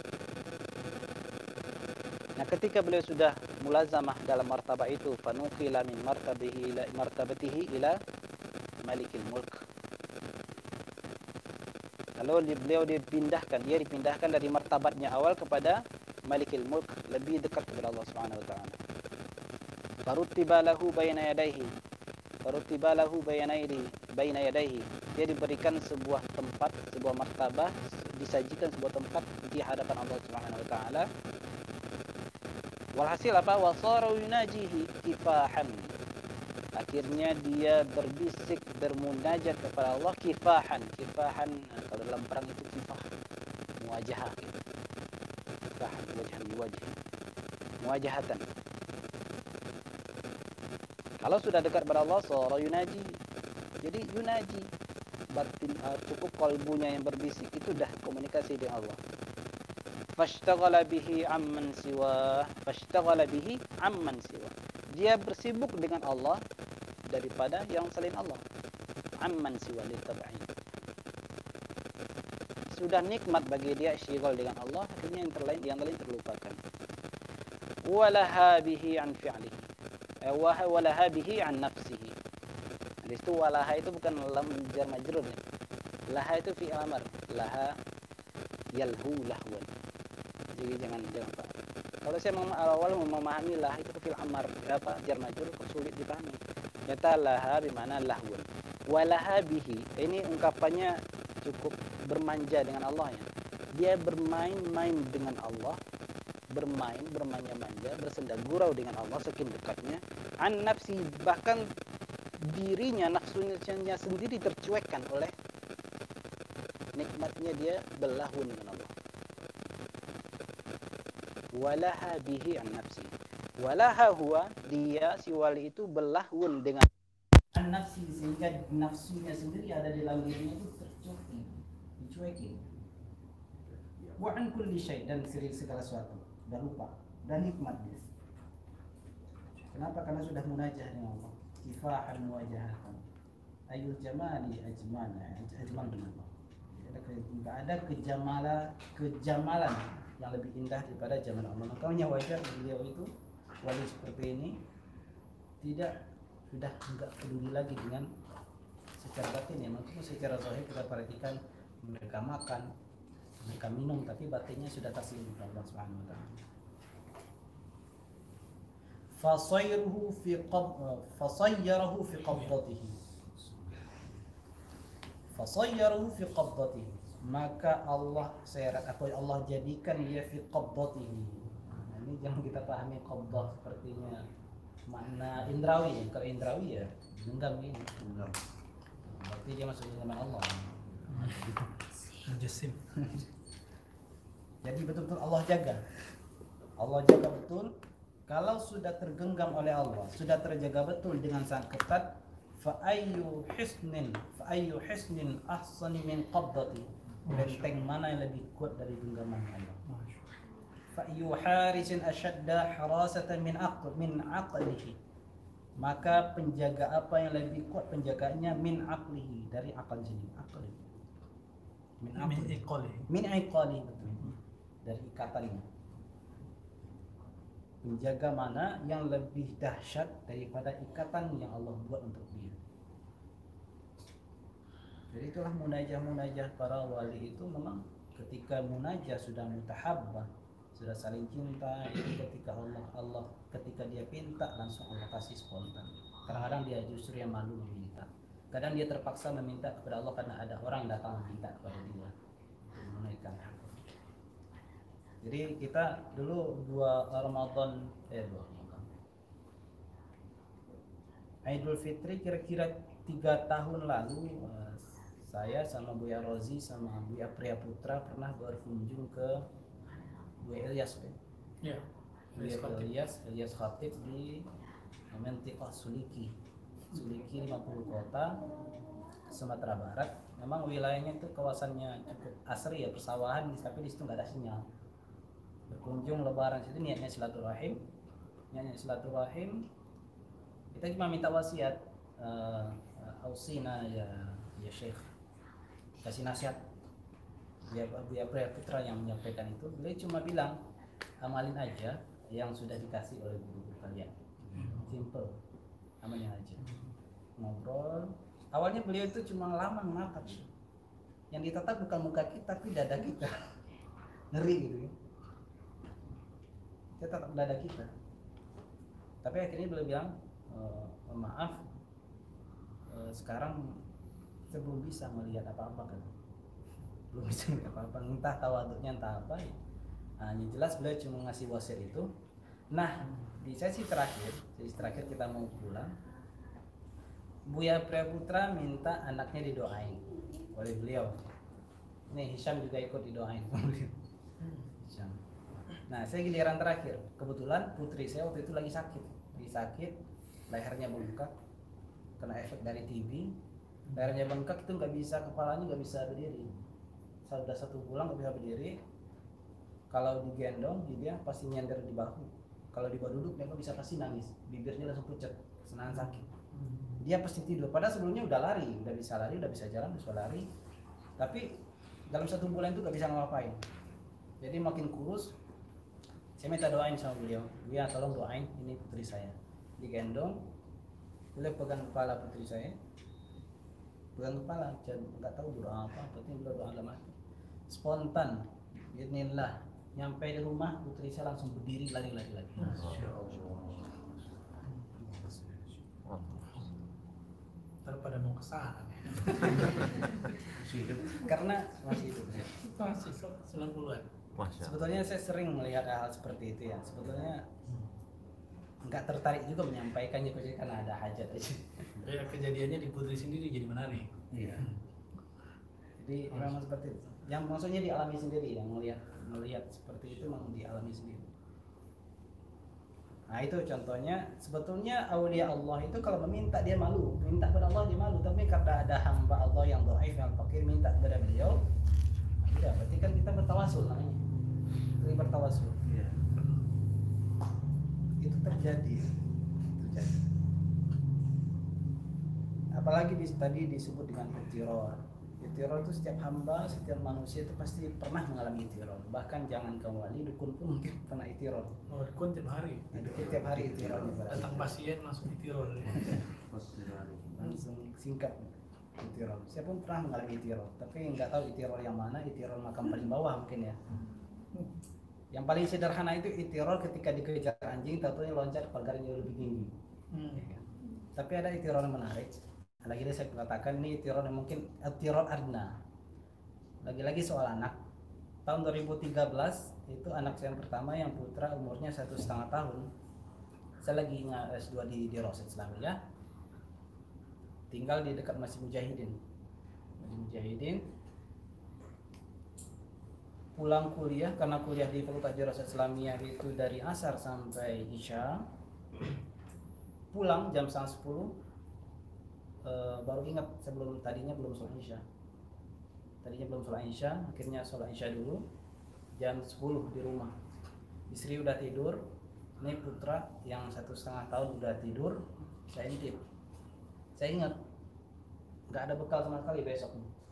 Nah, ketika beliau sudah mulazamah dalam martabah itu, fanuqila min martabatihi ila malikil mulk. Lalu beliau dipindahkan dari martabatnya awal kepada malikil mulk, lebih dekat kepada Allah Subhanahu Wa Taala. Farutiba lahu bayna yadayhi. Dia diberikan sebuah tempat, sebuah martabah, disajikan sebuah tempat di hadapan Allah Subhanahu Wa Taala. Walhasil apa? Wasara yunajihi kifahan. Akhirnya dia berbisik, bermunajat kepada Allah kifahan. Kifahan, kalau dalam perang itu kifah, muwajahah. Kifahan, muwajahatan. Kalau sudah dekat kepada Allah, sara yunaji. Jadi yunaji, batin, cukup kalbunya yang berbisik, itu dah komunikasi dengan Allah. Fashtaghala bihi amman siwa. Dia bersibuk dengan Allah daripada yang selain Allah. Amman siwa litab'i. Sudah nikmat bagi dia syghal dengan Allah, akhirnya yang lain terlupakan. Walaha bihi an fi'lihi. Walaha bihi an nafsihi. Di situ walaha itu bukan lam jar majrur ya. Laha itu fi'il amr. Laha yalhu lahwan. Jadi jangan Pak. Kalau saya awal memahami lah itu fi'il amr jar majrur sulit dipahami. Nyata laha bermakna lahwun. Walaha bihi, ini ungkapannya cukup bermanja dengan Allah ya. Dia bermain-main dengan Allah, bermanja-manja, bersenda gurau dengan Allah saking dekatnya. An nafsi, bahkan dirinya, nafsunya sendiri tercuekkan oleh nikmatnya dia berlahun dengan Allah. Walaha bihi an nafsi. Walaha huwa, dia si wali itu berlahun dengan an nafsi, sehingga nafsunya sendiri ada di dalam dirinya itu dicuekin. Wa an kulli syai, dan segala sesuatu, dan lupa, dan nikmat dia. Kenapa? Karena sudah munajah dengan Allah. Kifahan wajahatan. Ayul jamali ajman dengan Allah. Tidak ada kejamalan yang lebih indah daripada zaman Allah. Makanya wajar beliau itu wali seperti ini sudah enggak peduli lagi dengan secara batin ya. Maksudnya secara zahir kita perhatikan mereka makan, mereka minum, tapi batinnya sudah taslim kepada Allah Subhanahu wa taala. Fasayyarahu fi qabdatihi. Maka Allah jadikan dia fi qabdatihi. Nah, ini jangan kita pahami qabdah sepertinya makna indrawi. Kalau indrawi ya genggam ini. Berarti dia masuk zaman Allah. Mujasim. Jadi betul-betul Allah jaga. Allah jaga betul. Kalau sudah tergenggam oleh Allah, sudah terjaga betul dengan sangat ketat, fa ayyu hisnin ahsani min qabdati. Benteng mana yang lebih kuat dari genggaman Allah? Fa ayyu harisin ashadda harasatan min aqlihi. Maka penjaga apa yang lebih kuat penjagaannya min aqlihi, dari akal sendiri, akal. Min iqali betul. Dari ikatannya. Menjaga mana yang lebih dahsyat daripada ikatan yang Allah buat untuk dia. Jadi itulah munajah para wali itu, memang ketika munajah sudah mutahabbah, sudah saling cinta, itu ketika Allah ketika dia pinta langsung Allah kasih spontan. Kadang-kadang dia justru yang malu meminta. Kadang dia terpaksa meminta kepada Allah karena ada orang datang meminta kepada dia. Menunaikan hak. Jadi kita dulu dua Ramadan Idul Fitri kira-kira 3 tahun lalu, saya sama Buya Rozi sama Buya Priya Putra pernah berkunjung ke Buya Ilyas, Ya. Buya Ilyas Khatib di Mantiqah Suliki 50 kota Sumatera Barat. Memang wilayahnya itu kawasannya cukup asri ya, persawahan, tapi di situ nggak ada sinyal. Berkunjung lebaran situ niatnya silaturahim, kita cuma minta wasiat, ausina ya Syekh, kasih nasihat. Buya Priya Putra yang menyampaikan itu, beliau cuma bilang amalin aja yang sudah dikasih oleh guru kalian, simple, amalin aja. Ngobrol, awalnya beliau itu cuma lama menatap, yang ditatap bukan muka kita tapi dada kita, ngeri gitu ya. Kita tatap dada kita. Tapi akhirnya beliau bilang, maaf, sekarang saya belum bisa melihat apa-apa kan, belum bisa melihat apa-apa, entah tawaduknya entah apa ya. Nah, yang jelas beliau cuma ngasih wasiat itu. Nah, di sesi terakhir kita mau pulang, Buya Priya Putra minta anaknya didoain oleh beliau. Ini Hisham juga ikut didoain Hisham. Nah, saya giliran terakhir. Kebetulan putri saya waktu itu lagi sakit, lehernya bengkak, kena efek dari TB. Lehernya bengkak itu nggak bisa, kepalanya nggak bisa berdiri. Sudah 1 bulan nggak bisa berdiri. Kalau digendong, dia pasti nyender di bahu. Kalau di bawah duduk, dia nggak bisa, pasti nangis. Bibirnya langsung pucat, senahan sakit. Dia pasti tidur. Padahal sebelumnya udah lari, udah bisa jalan, bisa lari. Tapi dalam 1 bulan itu nggak bisa ngapain. Jadi makin kurus. Saya minta doain sama beliau, Buya tolong doain ini putri saya. Digendong, beliau pegang kepala putri saya, pegang kepala, nggak tahu doa apa, penting beliau doa dalam hati. Spontan, bismillah, nyampe di rumah putri saya langsung berdiri lari lagi. Pada mau kesana karena masih hidup. Masih 90-an. Sebetulnya saya sering melihat hal seperti itu ya. Sebetulnya nggak tertarik juga menyampaikannya karena ada hajat aja. Ya, kejadiannya di putri sendiri jadi menarik. Iya. Jadi memang seperti itu. Yang maksudnya dialami sendiri, yang melihat seperti itu memang dialami sendiri. Nah itu contohnya. Sebetulnya aulia Allah itu kalau meminta dia malu, minta kepada Allah dia malu. Tapi karena ada hamba Allah yang dhaif, yang fakir, minta kepada beliau, ya berarti kan kita bertawasul namanya. Ini bertawasul. Iya. Itu terjadi. Apalagi tadi disebut dengan itiror. Itiror itu setiap hamba, setiap manusia itu pasti pernah mengalami itiror. Bahkan jangan ke wali, dukun pun mungkin pernah itiror. Oh, dukun tiap hari. Nah, dukun tiap hari itiror. Datang pasien langsung itiror. Langsung singkat itiror. Saya pun pernah mengalami itiror, tapi nggak tahu itiror yang mana. Itiror makam paling bawah mungkin ya. Yang paling sederhana itu itiror ketika dikejar anjing, tentunya loncat pagarnya lebih tinggi. Ya. Tapi ada itiror yang menarik. Lagi-lagi saya katakan ini itiror yang mungkin itiror adna. Lagi-lagi soal anak. Tahun 2013 itu anak saya yang pertama yang putra umurnya 1,5 tahun. Saya lagi S2 di Rosyid Islamiyah. Tinggal di dekat Masjid Mujahidin. pulang kuliah, karena kuliah di Fakultas Dirasat Islamiyah itu dari asar sampai isya. Pulang jam 9:30, baru ingat tadinya belum sholat isya. Akhirnya sholat isya dulu. Jam 10 di rumah, istri udah tidur, ini putra yang 1,5 tahun udah tidur. Saya intip, saya ingat nggak ada bekal sama sekali besok.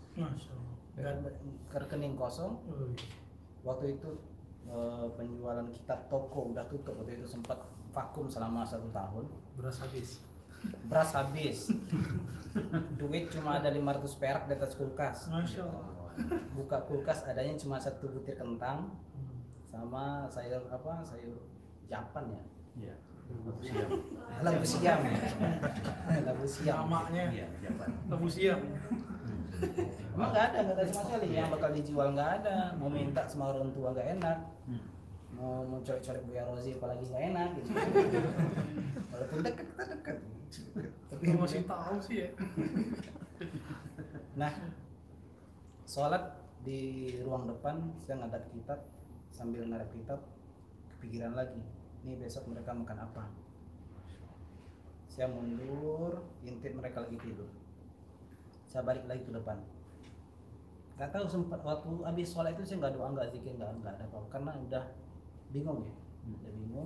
Rekening kosong. Waktu itu penjualan kitab toko udah tutup, waktu itu sempat vakum selama 1 tahun. Beras habis. Duit cuma ada 500 perak di atas kulkas. Masya Allah. Buka kulkas adanya cuma 1 butir kentang sama sayur Japan ya. Iya. Labu siam. Namanya Iya, Japan. Labu siam. Nggak ada sama sekali yang bakal dijual, nggak ada. Mau minta sama orang tua nggak enak. Mau coret-coret Buya Rozi apalagi nggak enak gitu. Walaupun dekat. Tapi Masih tahu sih ya. Nah, sholat di ruang depan, saya ngadap kitab, sambil ngadap kitab, kepikiran lagi, nih besok mereka makan apa. Saya mundur, intip mereka lagi tidur. Saya balik lagi ke depan. Gak tahu sempat waktu habis sholat itu saya nggak doa, nggak zikir, nggak ada apa-apa, karena udah bingung ya, udah bingung.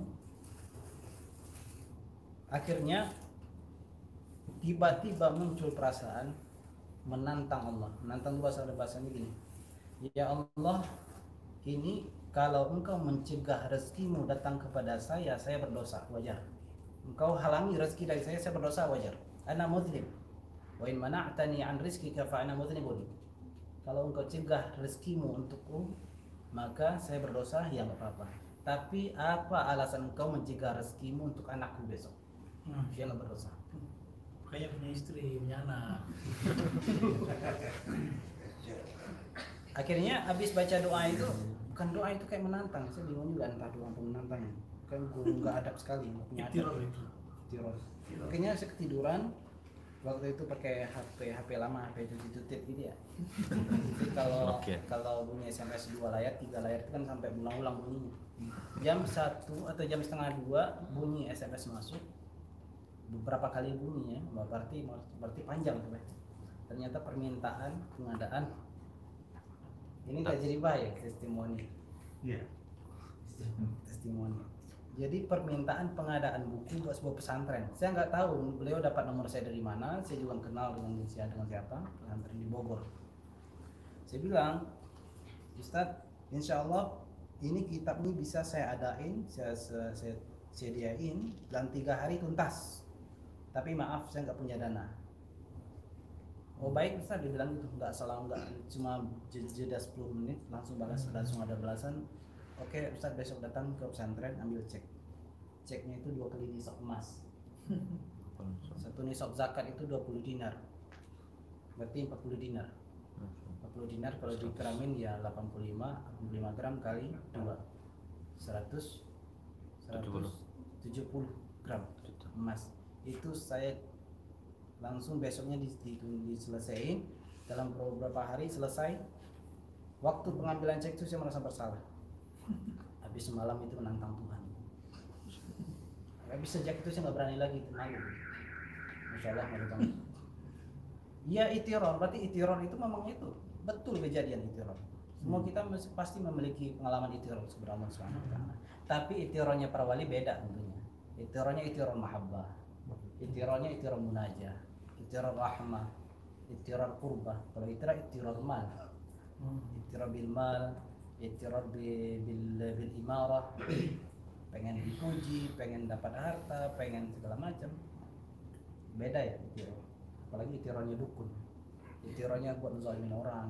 Akhirnya tiba-tiba muncul perasaan menantang Allah. Menantang bahasanya gini, ya Allah, ini kalau engkau mencegah rezekimu datang kepada saya berdosa, wajar. Engkau halangi rezeki dari saya berdosa, wajar. Ana mudlim. Wa in mana'tani an rizqika fa ana mudlimun. Kalau engkau cegah rezekimu untukku, maka saya berdosa, ya enggak apa-apa. Tapi apa alasan engkau mencegah rezekimu untuk anakku besok? Dia enggak berdosa. Kayak punya istri, punya anak. Akhirnya habis baca doa itu, bukan doa itu kayak menantang. Saya bingung juga entah doa apa menantang. Kan gue nggak adab sekali, nggak punya adab. Tiror. Akhirnya saya ketiduran. Waktu itu pakai HP lama, HP tutit gitu ya. Jadi kalau bunyi SMS 2 layar, 3 layar itu kan sampai berulang-ulang bunyinya. Jam 1 atau jam setengah 2 bunyi SMS masuk. Beberapa kali bunyi ya, berarti panjang tuh. Ternyata permintaan pengadaan ini tak jadi baik testimoni. Iya. Testimoni. Jadi permintaan pengadaan buku buat sebuah pesantren. Saya nggak tahu beliau dapat nomor saya dari mana. Saya juga kenal dengan siapa, pesantren di Bogor. Saya bilang, Ustadz, insya Allah ini kitab ini bisa saya adain, saya sediain dalam 3 hari tuntas. Tapi maaf, saya nggak punya dana. Oh baik Ustaz, dibilang gitu, nggak salah, nggak cuma jeda 10 menit langsung ada balasan. Oke Ustaz, besok datang ke pesantren ambil cek. Ceknya itu 2 kali nisab emas. 1 nisab zakat itu 20 dinar. Berarti 40 dinar. 40 dinar kalau dikeramin ya 85 gram kali 2. 170 gram emas. Itu saya langsung besoknya diselesaikan dalam beberapa hari selesai. Waktu pengambilan cek itu saya merasa bersalah. Habis semalam itu menantang Tuhan. Habis sejak itu saya nggak berani lagi malu. Masya Allah, malu. Ya itiror, berarti itiror itu memang itu betul kejadian itiror. Semua kita pasti memiliki pengalaman itiror sebenarnya SWT. Tapi itirornya para wali beda tentunya. Itirornya itiror mahabbah, itirornya itiror munajah, itiror rahmah, itiror qurbah. Kalau itiror mal, itiror bil mal, itiror bil imarah, pengen dipuji, pengen dapat harta, pengen segala macam. Beda ya itiror. Apalagi itirornya dukun, itirornya buat zalimin orang.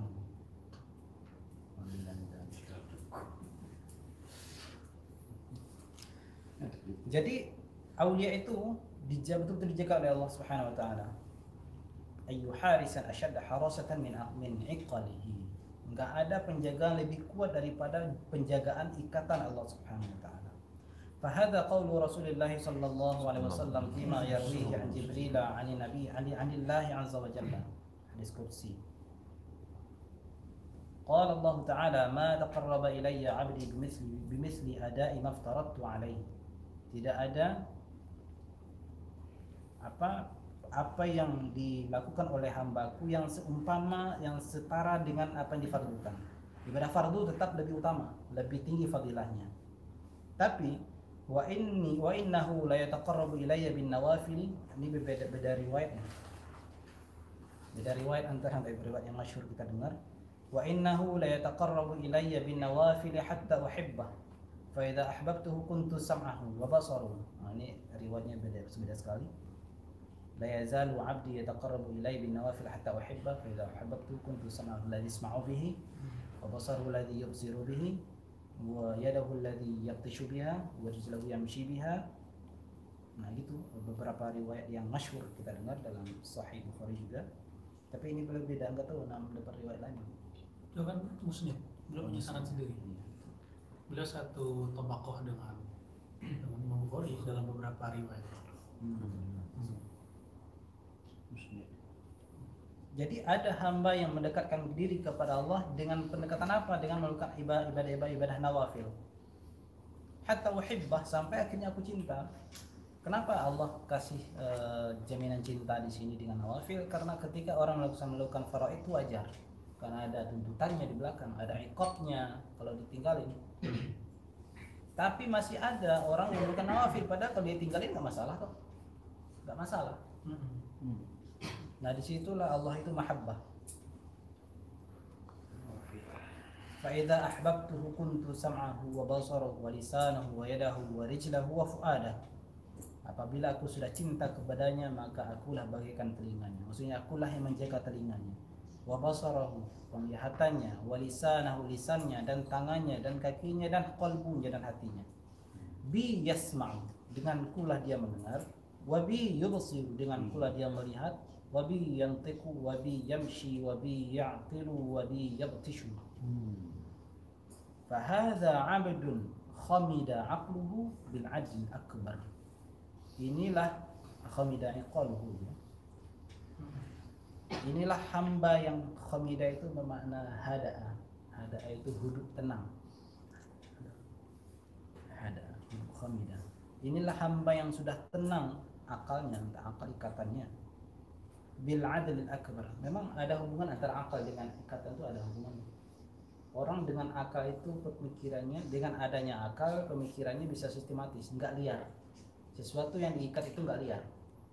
Jadi aulia itu betul-betul dijaga oleh Allah Subhanahu wa taala. Ayu harisan asyadda harasatan min iqalihi. Enggak ada penjagaan lebih kuat daripada penjagaan ikatan Allah Subhanahu wa taala. Fahadha qaulu Rasulullah sallallahu alaihi wasallam fima yarwihi an Jibril an Nabi an Allah azza wa jalla. Hadis qudsi. Qala Allah Ta'ala ma taqarraba ilayya 'abdi bimithli ada'i ma aftaradtu 'alaihi. Tidak ada apa yang dilakukan oleh hambaku yang seumpama, yang setara dengan apa yang difardukan. Ibadah fardu tetap lebih utama, lebih tinggi fadilahnya. Tapi wa innahu la yataqarrabu ilayya bin nawafil. Ini beda riwayatnya. Beda riwayat antara riwayat yang masyhur kita dengar. Wa innahu la yataqarrabu ilayya bin nawafil hatta uhibbah. Fa idza ahbabtuhu kuntu sam'ahu wa basarahu. Ini riwayatnya beda sekali. La yazalu 'abdi yataqarrabu ilayya bin nawafil hatta uhibbah fa idza ahbabtuhu kuntu sam'ahu alladhi yasma'u bihi wa basarahu alladhi yubsiru bihi wa yadahu alladhi yabtishu biha wa rijluhu yamshi biha. Nah, itu beberapa riwayat yang masyhur kita dengar dalam Sahih Bukhari juga. Tapi ini berbeda, enggak tahu dapat riwayat lain. Itu kan Muslim, beliau punya sanad sendiri. Beliau satu tobakoh dengan Imam Bukhari dalam beberapa riwayat. Jadi ada hamba yang mendekatkan diri kepada Allah dengan pendekatan apa? Dengan melakukan ibadah nawafil. Hatta uhibbah, sampai akhirnya aku cinta. Kenapa Allah kasih jaminan cinta di sini dengan nawafil? Karena ketika orang melakukan faraid itu wajar. Karena ada tuntutannya di belakang, ada iqabnya kalau ditinggalin. Tapi masih ada orang yang melakukan nawafil, padahal kalau dia tinggalin nggak masalah kok. Nggak masalah. Nah, disitulah Allah itu mahabbah. Fa idza ahbabtuhu kuntu sam'ahu wa basarahu wa lisanahu wa yadahu wa rijlahu wa fu'adahu. Apabila aku sudah cinta kepadanya, maka akulah bagaikan telinganya. Maksudnya akulah yang menjaga telinganya. Wa basarahu, penglihatannya, wa lisanahu, lisannya, dan tangannya, dan kakinya, dan qalbunya, dan hatinya. Bi yasma'u, dengan kulah dia mendengar. Wa bi yubsiru, dengan kulah dia melihat. Wa bi yantiqu, wa bi yamshi, wa bi ya'qilu, wa bi yabtishu. Fa hadza 'abdun khamida 'aqluhu bil 'ajl akbar. Inilah khamida iqaluhu. Inilah hamba yang khamida itu bermakna hada'a. Hada'a itu hidup tenang. Hada'a, hidup khamida. Inilah hamba yang sudah tenang akalnya, entah akal ikatannya. Bil adlil akbar. Memang ada hubungan antara akal dengan ikatan, itu ada hubungan. Orang dengan akal itu pemikirannya, dengan adanya akal pemikirannya bisa sistematis, enggak liar. Sesuatu yang diikat itu enggak liar.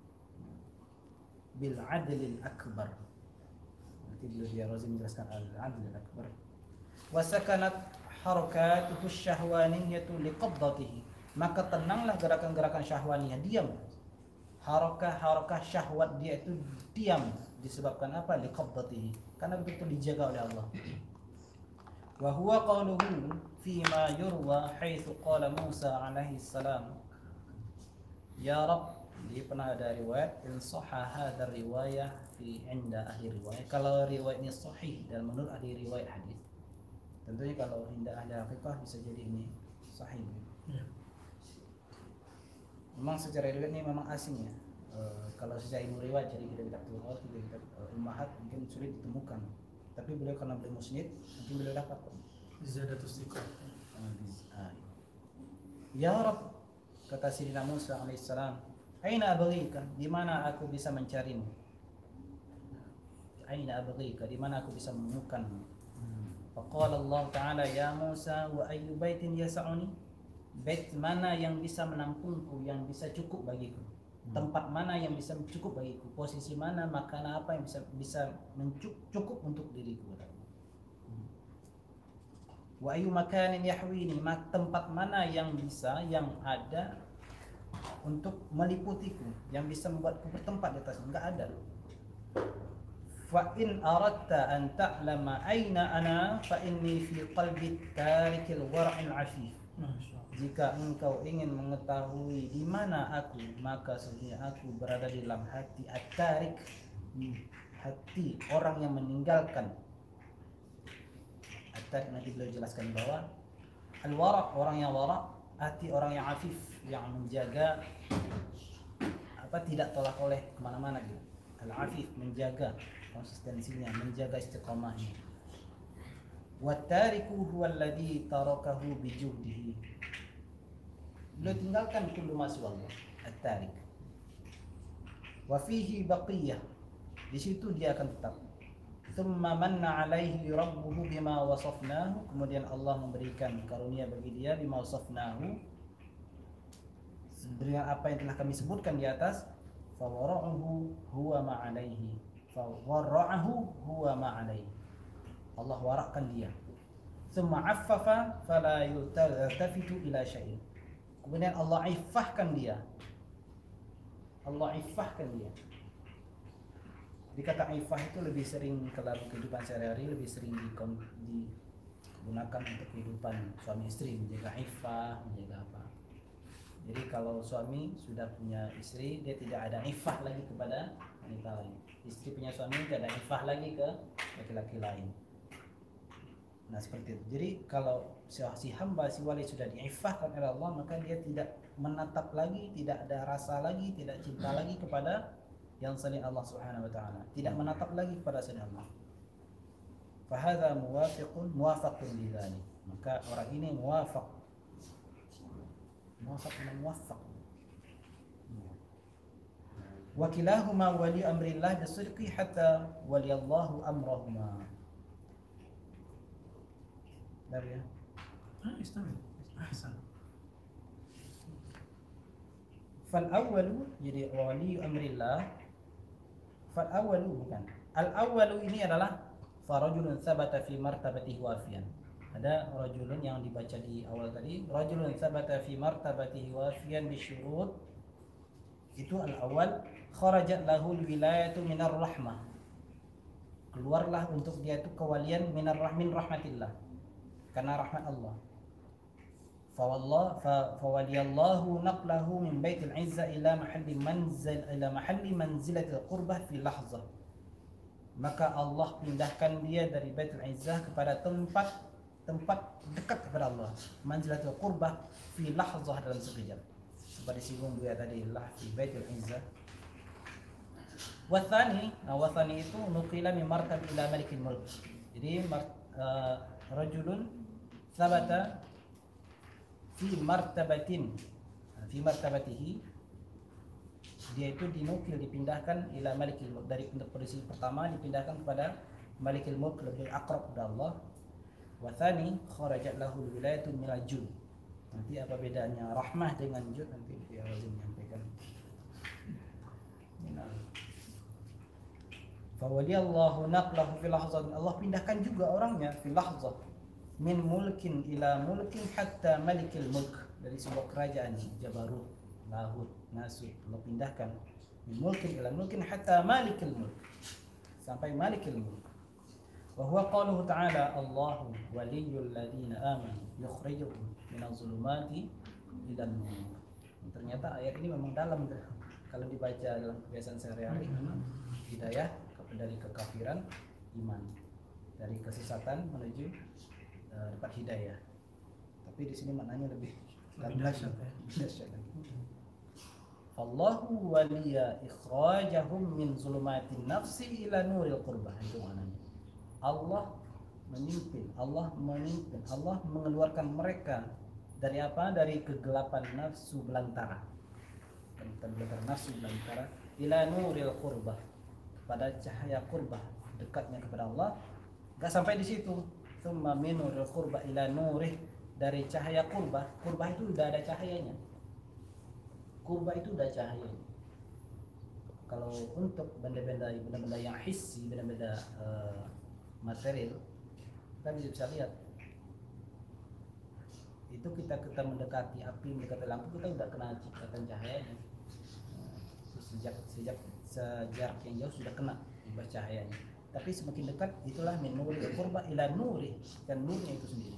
Bil adlil akbar. Nanti beliau dia Razi menjelaskan al adlil akbar. Wa sakanat harakatuhu syahwaniyatu liqabdatihi. Maka tenanglah gerakan-gerakan syahwaniyah, diam. Harakah syahwat dia itu diam, disebabkan apa? Liqabdatihi, karena betul dijaga oleh Allah. Wa huwa qawluhu fi ma yurwa haitsu qala Musa alaihi salam, ya Rabb. Dia pernah ada riwayat in sahha hadar riwayah fi inda ahli riwayat. Kalau riwayat ini sahih dan menurut ahli riwayat hadis, tentunya kalau inda ahli haqiqah bisa jadi ini sahih. Memang secara riwayat ini memang asing ya. Kalau secara ilmu riwayat, jadi kita keluar, kita ummahat mungkin sulit ditemukan. Tapi beliau karena beliau musnid, mungkin beliau dapat. Ziyadatus thiqah. Ya Rabb, kata Sayyidina Musa alaihissalam, aina abghika, di mana aku bisa mencarimu? Aina abghika, di mana aku bisa menemukanmu? Faqala Allah Ta'ala, ya Musa, wa ayyu baitin yas'uni? Bait mana yang bisa menampungku, yang bisa cukup bagiku? Tempat mana yang bisa cukup bagiku? Posisi mana, makanan apa yang bisa cukup untuk diriku? Wa ayu makanin yahwini, tempat mana yang bisa, yang ada untuk meliputiku, yang bisa membuatku bertempat di atasnya? Enggak ada. Fa in aradta an ta'lama aina ana fa inni fi qalbi tarikil war'il afif. Jika engkau ingin mengetahui di mana aku, maka sesungguhnya aku berada di dalam hati at-tarik, hati orang yang meninggalkan. At-tarik nanti beliau jelaskan bahwa al-wara', orang yang wara', hati orang yang afif, yang menjaga tidak tolak oleh kemana-mana gitu. Al-afif, menjaga konsistensinya, menjaga istiqamahnya. Wattariku huwallazi tarakahu bijuhdihi. Beliau tinggalkan kullu ma siwallah, at-tarik. Wa fihi baqiyah. Di situ dia akan tetap. Thumma manna alaihi rabbuhu bima wasafnahu. Kemudian Allah memberikan karunia bagi dia bima wasafnahu, dengan apa yang telah kami sebutkan di atas. Fawara'uhu huwa ma alaihi. Fawara'ahu huwa ma alaihi. Allah warakkan dia. Thumma affafa fala yultafitu ila syai'in. Kemudian Allah iffahkan dia. Allah iffahkan dia. Jadi kata iffah itu lebih sering dalam kehidupan sehari-hari, lebih sering digunakan untuk kehidupan suami istri, menjaga iffah, menjaga apa. Jadi kalau suami sudah punya istri, dia tidak ada iffah lagi kepada wanita lain. Istri punya suami tidak ada iffah lagi ke laki-laki lain. Nah seperti itu. Jadi kalau si hamba, si wali sudah diiffahkan oleh Allah, maka dia tidak menatap lagi, tidak ada rasa lagi, tidak cinta lagi kepada yang selain Allah Subhanahu wa taala, tidak menatap lagi kepada selain Allah. Fahadha muwafaqun lidzalik. Maka orang ini muwafaq dan muwaffaq. Wa kilahuma wali amrillah bisidqi hatta waliyallahu amrahuma. Dari ya. Istamil. Ahsan. Fal awwalu, jadi wali amrillah. Fal awwalu bukan. Al awwalu ini adalah farajulun sabata fi martabatihi wafiyan. Ada rajulun yang dibaca di awal tadi, rajulun sabata fi martabatihi wafiyan bisyurut. Itu al awal, kharajat lahu wilayatu minar rahmah. Keluarlah untuk dia itu kewalian min rahmatillah. Karena rahmat Allah. Fawaliyallahu naqlahu min baitil izza ila mahalli manzilatil qurbah fi lahzah. Maka Allah pindahkan dia dari baitul izzah kepada tempat dekat kepada Allah, manzilatul qurbah fi lahzah, dalam sekejap. Seperti singgung dia tadi, lah fi baitul izzah. Wathani itu nuqila min martab ila malikil mulk. Jadi rajulun sabata fi martabatihi, dia itu dinukil, dipindahkan ila malikil mulk, dari posisi pertama dipindahkan kepada malikil mulk, lebih akrab kepada Allah. Wa tsani kharajat lahu wilayatu minal jud. Nanti apa bedanya rahmah dengan jud, nanti dia akan menyampaikan. Fa waliyallahu naqlahu fi lahzah, Allah pindahkan juga orangnya fi lahzah, min mulkin ila mulkin hatta malikil mulk, dari sebuah kerajaan Jabarut, Lahut, Nasut, Allah pindahkan min mulkin ila mulkin hatta malikil mulk, sampai malikil mulk. Wa huwa qauluhu ta'ala, Allahu waliyyul ladzina amanu yukhrijuhum minadh dhulumati ilan nur. Ternyata ayat ini memang dalam kalau dibaca dalam kebiasaan sehari-hari. Memang hidayah dari kekafiran iman, dari kesesatan menuju dapat hidayah. Tapi di sini maknanya lebih dahsyat lagi. Allahu waliya ikhrajahum min zulumatin nafsi ila nuril qurbah. Itu maknanya. Allah memimpin, Allah mengeluarkan mereka dari apa? Dari kegelapan nafsu belantara. Nafsu belantara ila nuril qurbah, pada cahaya qurbah, dekatnya kepada Allah. Enggak sampai di situ. Tsumma min nuril qurbah ila nurih, dari cahaya qurbah. Qurbah itu sudah ada cahayanya. Qurbah itu sudah cahayanya. Kalau untuk benda-benda yang hissi, benda-benda material, kita bisa lihat. Itu kita mendekati api, mendekati lampu, kita sudah kena cikatan cahayanya. Sejak sejarak yang jauh sudah kena imbas cahayanya. Tapi semakin dekat, itulah min nuril qurbah ila nuri, dan nurnya itu sendiri.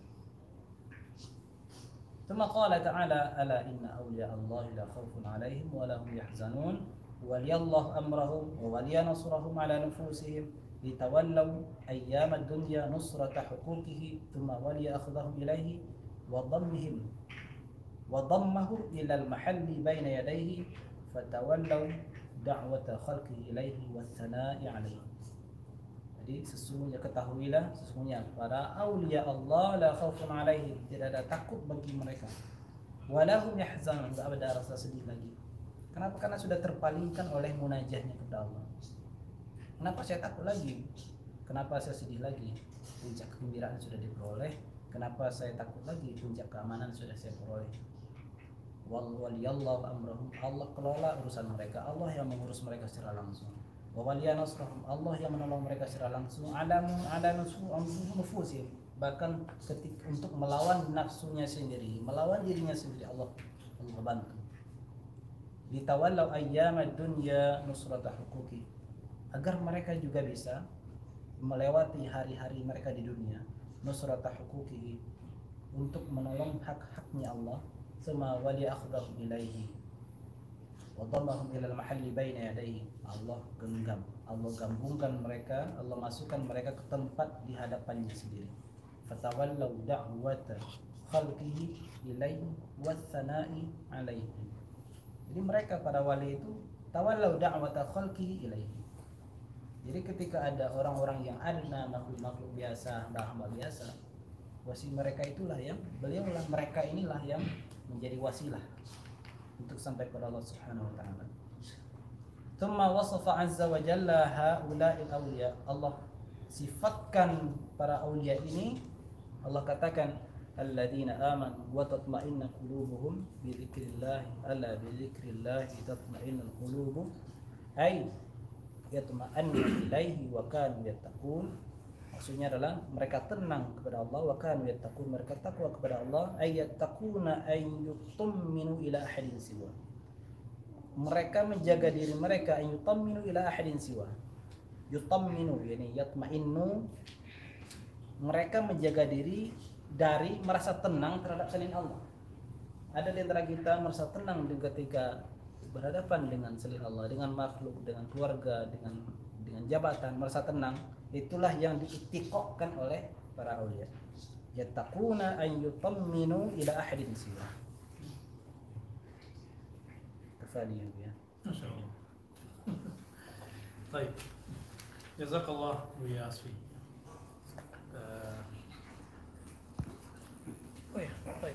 Tsumma qala ta'ala, ala inna awliya Allah la khaufun 'alaihim wa la hum yahzanun waliyallahu amrahum wa waliya nasrahum 'ala nufusihim litawallaw ayyam ad-dunya nusrata huquqihi thumma waliya akhdahum ilayhi wa dammahu ila al-mahalli bayna yadayhi fatawallaw da'wata khalqihi ilayhi wa thana'i 'alayhi. Jadi Jadi sesungguhnya ketahuilah sesungguhnya para aulia Allah la khaufun alaihim, tidak ada takut bagi mereka. Walahum yahzanun, enggak ada rasa sedih lagi. Kenapa? Karena sudah terpalingkan oleh munajahnya kepada Allah. Kenapa saya takut lagi? Kenapa saya sedih lagi? Puncak kegembiraan sudah diperoleh. Kenapa saya takut lagi? Puncak keamanan sudah saya peroleh. Waliyallahu amrahum, Allah kelola urusan mereka, Allah yang mengurus mereka secara langsung. Wa waliyanasrahum, Allah yang menolong mereka secara langsung. Ala nufusihim, bahkan ketika untuk melawan nafsunya sendiri, melawan dirinya sendiri, Allah bantu. Ditawallau ayyamad dunya nusrata huquqi, agar mereka juga bisa melewati hari-hari mereka di dunia, nusrata huquqi, untuk menolong hak-haknya Allah. Suma wali akhdahum ilaihi wa dhammahum ila al-mahalli baina yadayhi, Allah genggam, Allah gabungkan mereka, Allah masukkan mereka ke tempat di hadapannya sendiri. Fatawallau da'wata khalqihi ilaihi wassana'i alaihi. Jadi mereka para wali itu tawallau da'wata khalqihi ilaihi. Jadi ketika ada orang-orang yang adna, makhluk-makhluk biasa, hamba biasa, wasi mereka itulah yang beliaulah, mereka inilah yang menjadi wasilah untuk sampai kepada Allah Subhanahu wa taala. Tsumma wasafa azza wa jalla haula'il awliya, Allah sifatkan para aulia ini, Allah katakan alladzina amanu wa tatma'innu qulubuhum bi dzikrillah, ala bi dzikrillah tatma'innul qulub, ay yatma'annu ilaihi wa kanu yattaqun. Maksudnya adalah mereka tenang kepada Allah, wa kanu yattaqun, mereka takwa kepada Allah, ayattaquna ay yutamminu ila ahadin siwa, mereka menjaga diri mereka, ay yutamminu ila ahadin siwa, yutamminu yani yatma'innu, mereka menjaga diri dari merasa tenang terhadap selain Allah. Ada di antara kita merasa tenang ketika berhadapan dengan selain Allah, dengan makhluk, dengan keluarga, dengan jabatan, merasa tenang. Itulah yang diitikokkan oleh para aulia. Yattaquna an yutamminu ila ahadin siwa. Kafani ya. Masyaallah. Baik. Jazakallah ya Asfi. Baik.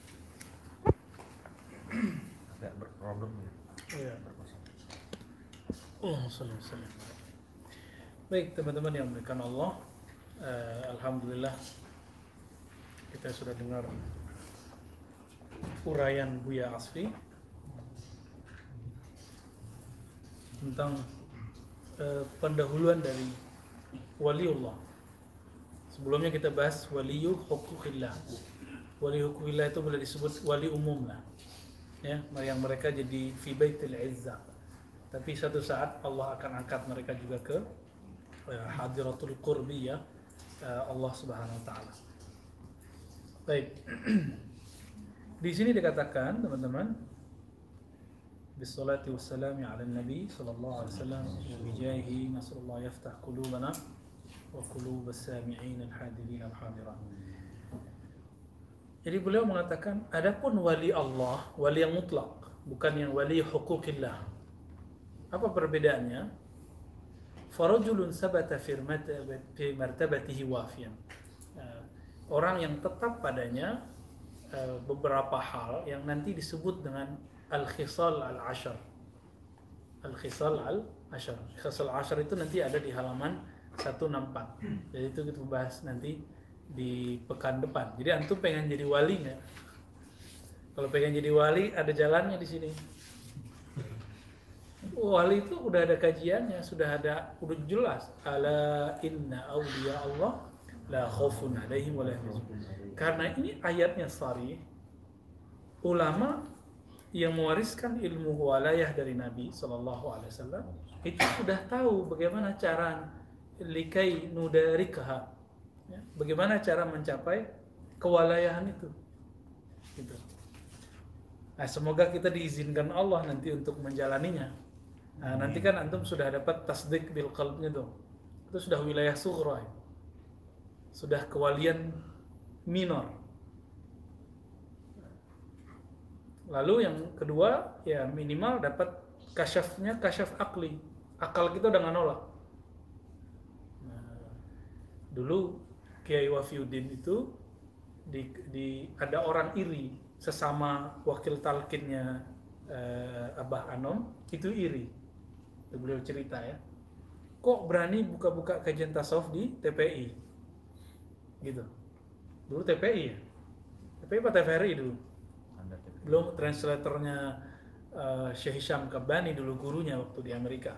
Tidak berproblem ya. Iya. Oh, salam. Baik teman-teman yang dimuliakan Allah, alhamdulillah kita sudah dengar uraian Buya Asfi tentang pendahuluan dari waliullah. Sebelumnya kita bahas waliyu huquqillah. Wali huquqillah itu boleh disebut wali umum lah, ya, yang mereka jadi fi baitil izzah. Tapi satu saat Allah akan angkat mereka juga ke hadiratul qurbi, ya, Allah Subhanahu wa taala. Baik. Di sini dikatakan teman-teman, bissalati wassalami ala nabi sallallahu alaihi wasallam wa bijahi nasrullah yaftah qulubana wa qulubas sami'in al-hadirin al-hadirat. Jadi beliau mengatakan adapun wali Allah, wali yang mutlak, bukan yang wali huquqillah. Apa perbedaannya? Farajulun sabata fi martabatihi wafiyan. Orang yang tetap padanya beberapa hal yang nanti disebut dengan al-khisal al-ashar. Al-khisal al-ashar. Khisal al-ashar itu nanti ada di halaman 164. Jadi itu kita bahas nanti di pekan depan. Jadi antum pengen jadi wali nggak? Kalau pengen jadi wali ada jalannya di sini. Wali itu udah ada kajiannya, udah jelas. Ala inna awliya Allah la khaufun alaihim wa la hum yahzanun. Karena ini ayatnya sharih, ulama yang mewariskan ilmu walayah dari Nabi sallallahu alaihi wasallam itu sudah tahu bagaimana cara likai nudarikha, ya, bagaimana cara mencapai kewalayahan itu. Gitu. Nah, semoga kita diizinkan Allah nanti untuk menjalaninya. Nah, nanti kan antum sudah dapat tasdik bil qalbnya tuh. Itu sudah wilayah sughra. Sudah kewalian minor. Lalu yang kedua, ya minimal dapat kasyaf akli. Akal kita udah nggak nolak. Nah, Dulu Kiai Wafiuddin itu ada orang iri, sesama wakil talkinnya Abah Anom itu iri. Beliau cerita ya, kok berani buka-buka kajian tasawuf di TPI gitu. Dulu TPI ya, TPI apa TVRI dulu, belum translatornya Syekh Hisham Kabbani dulu, gurunya waktu di Amerika.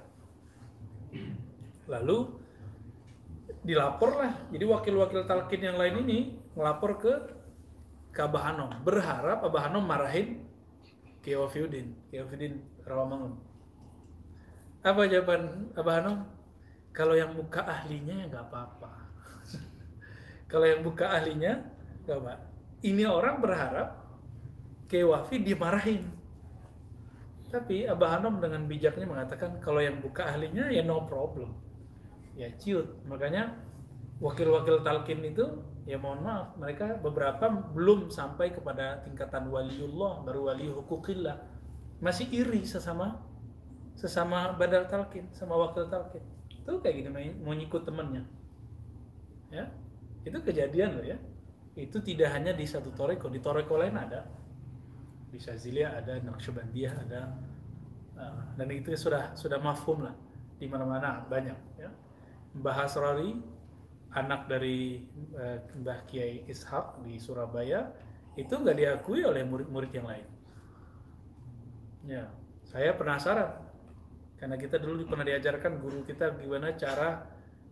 Lalu dilapor lah, jadi wakil-wakil talkin yang lain ini ngelapor ke Abah Anom, berharap Abah Anom marahin Kiai Wafiuddin Rawamangun. Apa jawaban Abah Anom? Kalau yang buka ahlinya ya nggak apa-apa. Kalau yang buka ahlinya nggak apa. Ini orang berharap Kiai Wafi dimarahin. Tapi Abah Anom dengan bijaknya mengatakan kalau yang buka ahlinya ya no problem. Ya ciut. Makanya wakil-wakil talkin itu ya mohon maaf, mereka beberapa belum sampai kepada tingkatan waliullah, baru wali hukukillah. Masih iri sesama badal talkin, sama wakil talkin. Itu kayak gini, mau nyikut temennya. Ya, itu kejadian loh ya. Itu tidak hanya di satu toreko, di toreko lain ada. Di Syaziliyah ada, Naqsyabandiyah ada. Dan itu sudah mafhum lah. Di mana-mana banyak ya. Mbah Asrari, anak dari Mbah Kiai Ishaq di Surabaya, itu nggak diakui oleh murid-murid yang lain. Ya, saya penasaran karena kita dulu pernah diajarkan guru kita gimana cara,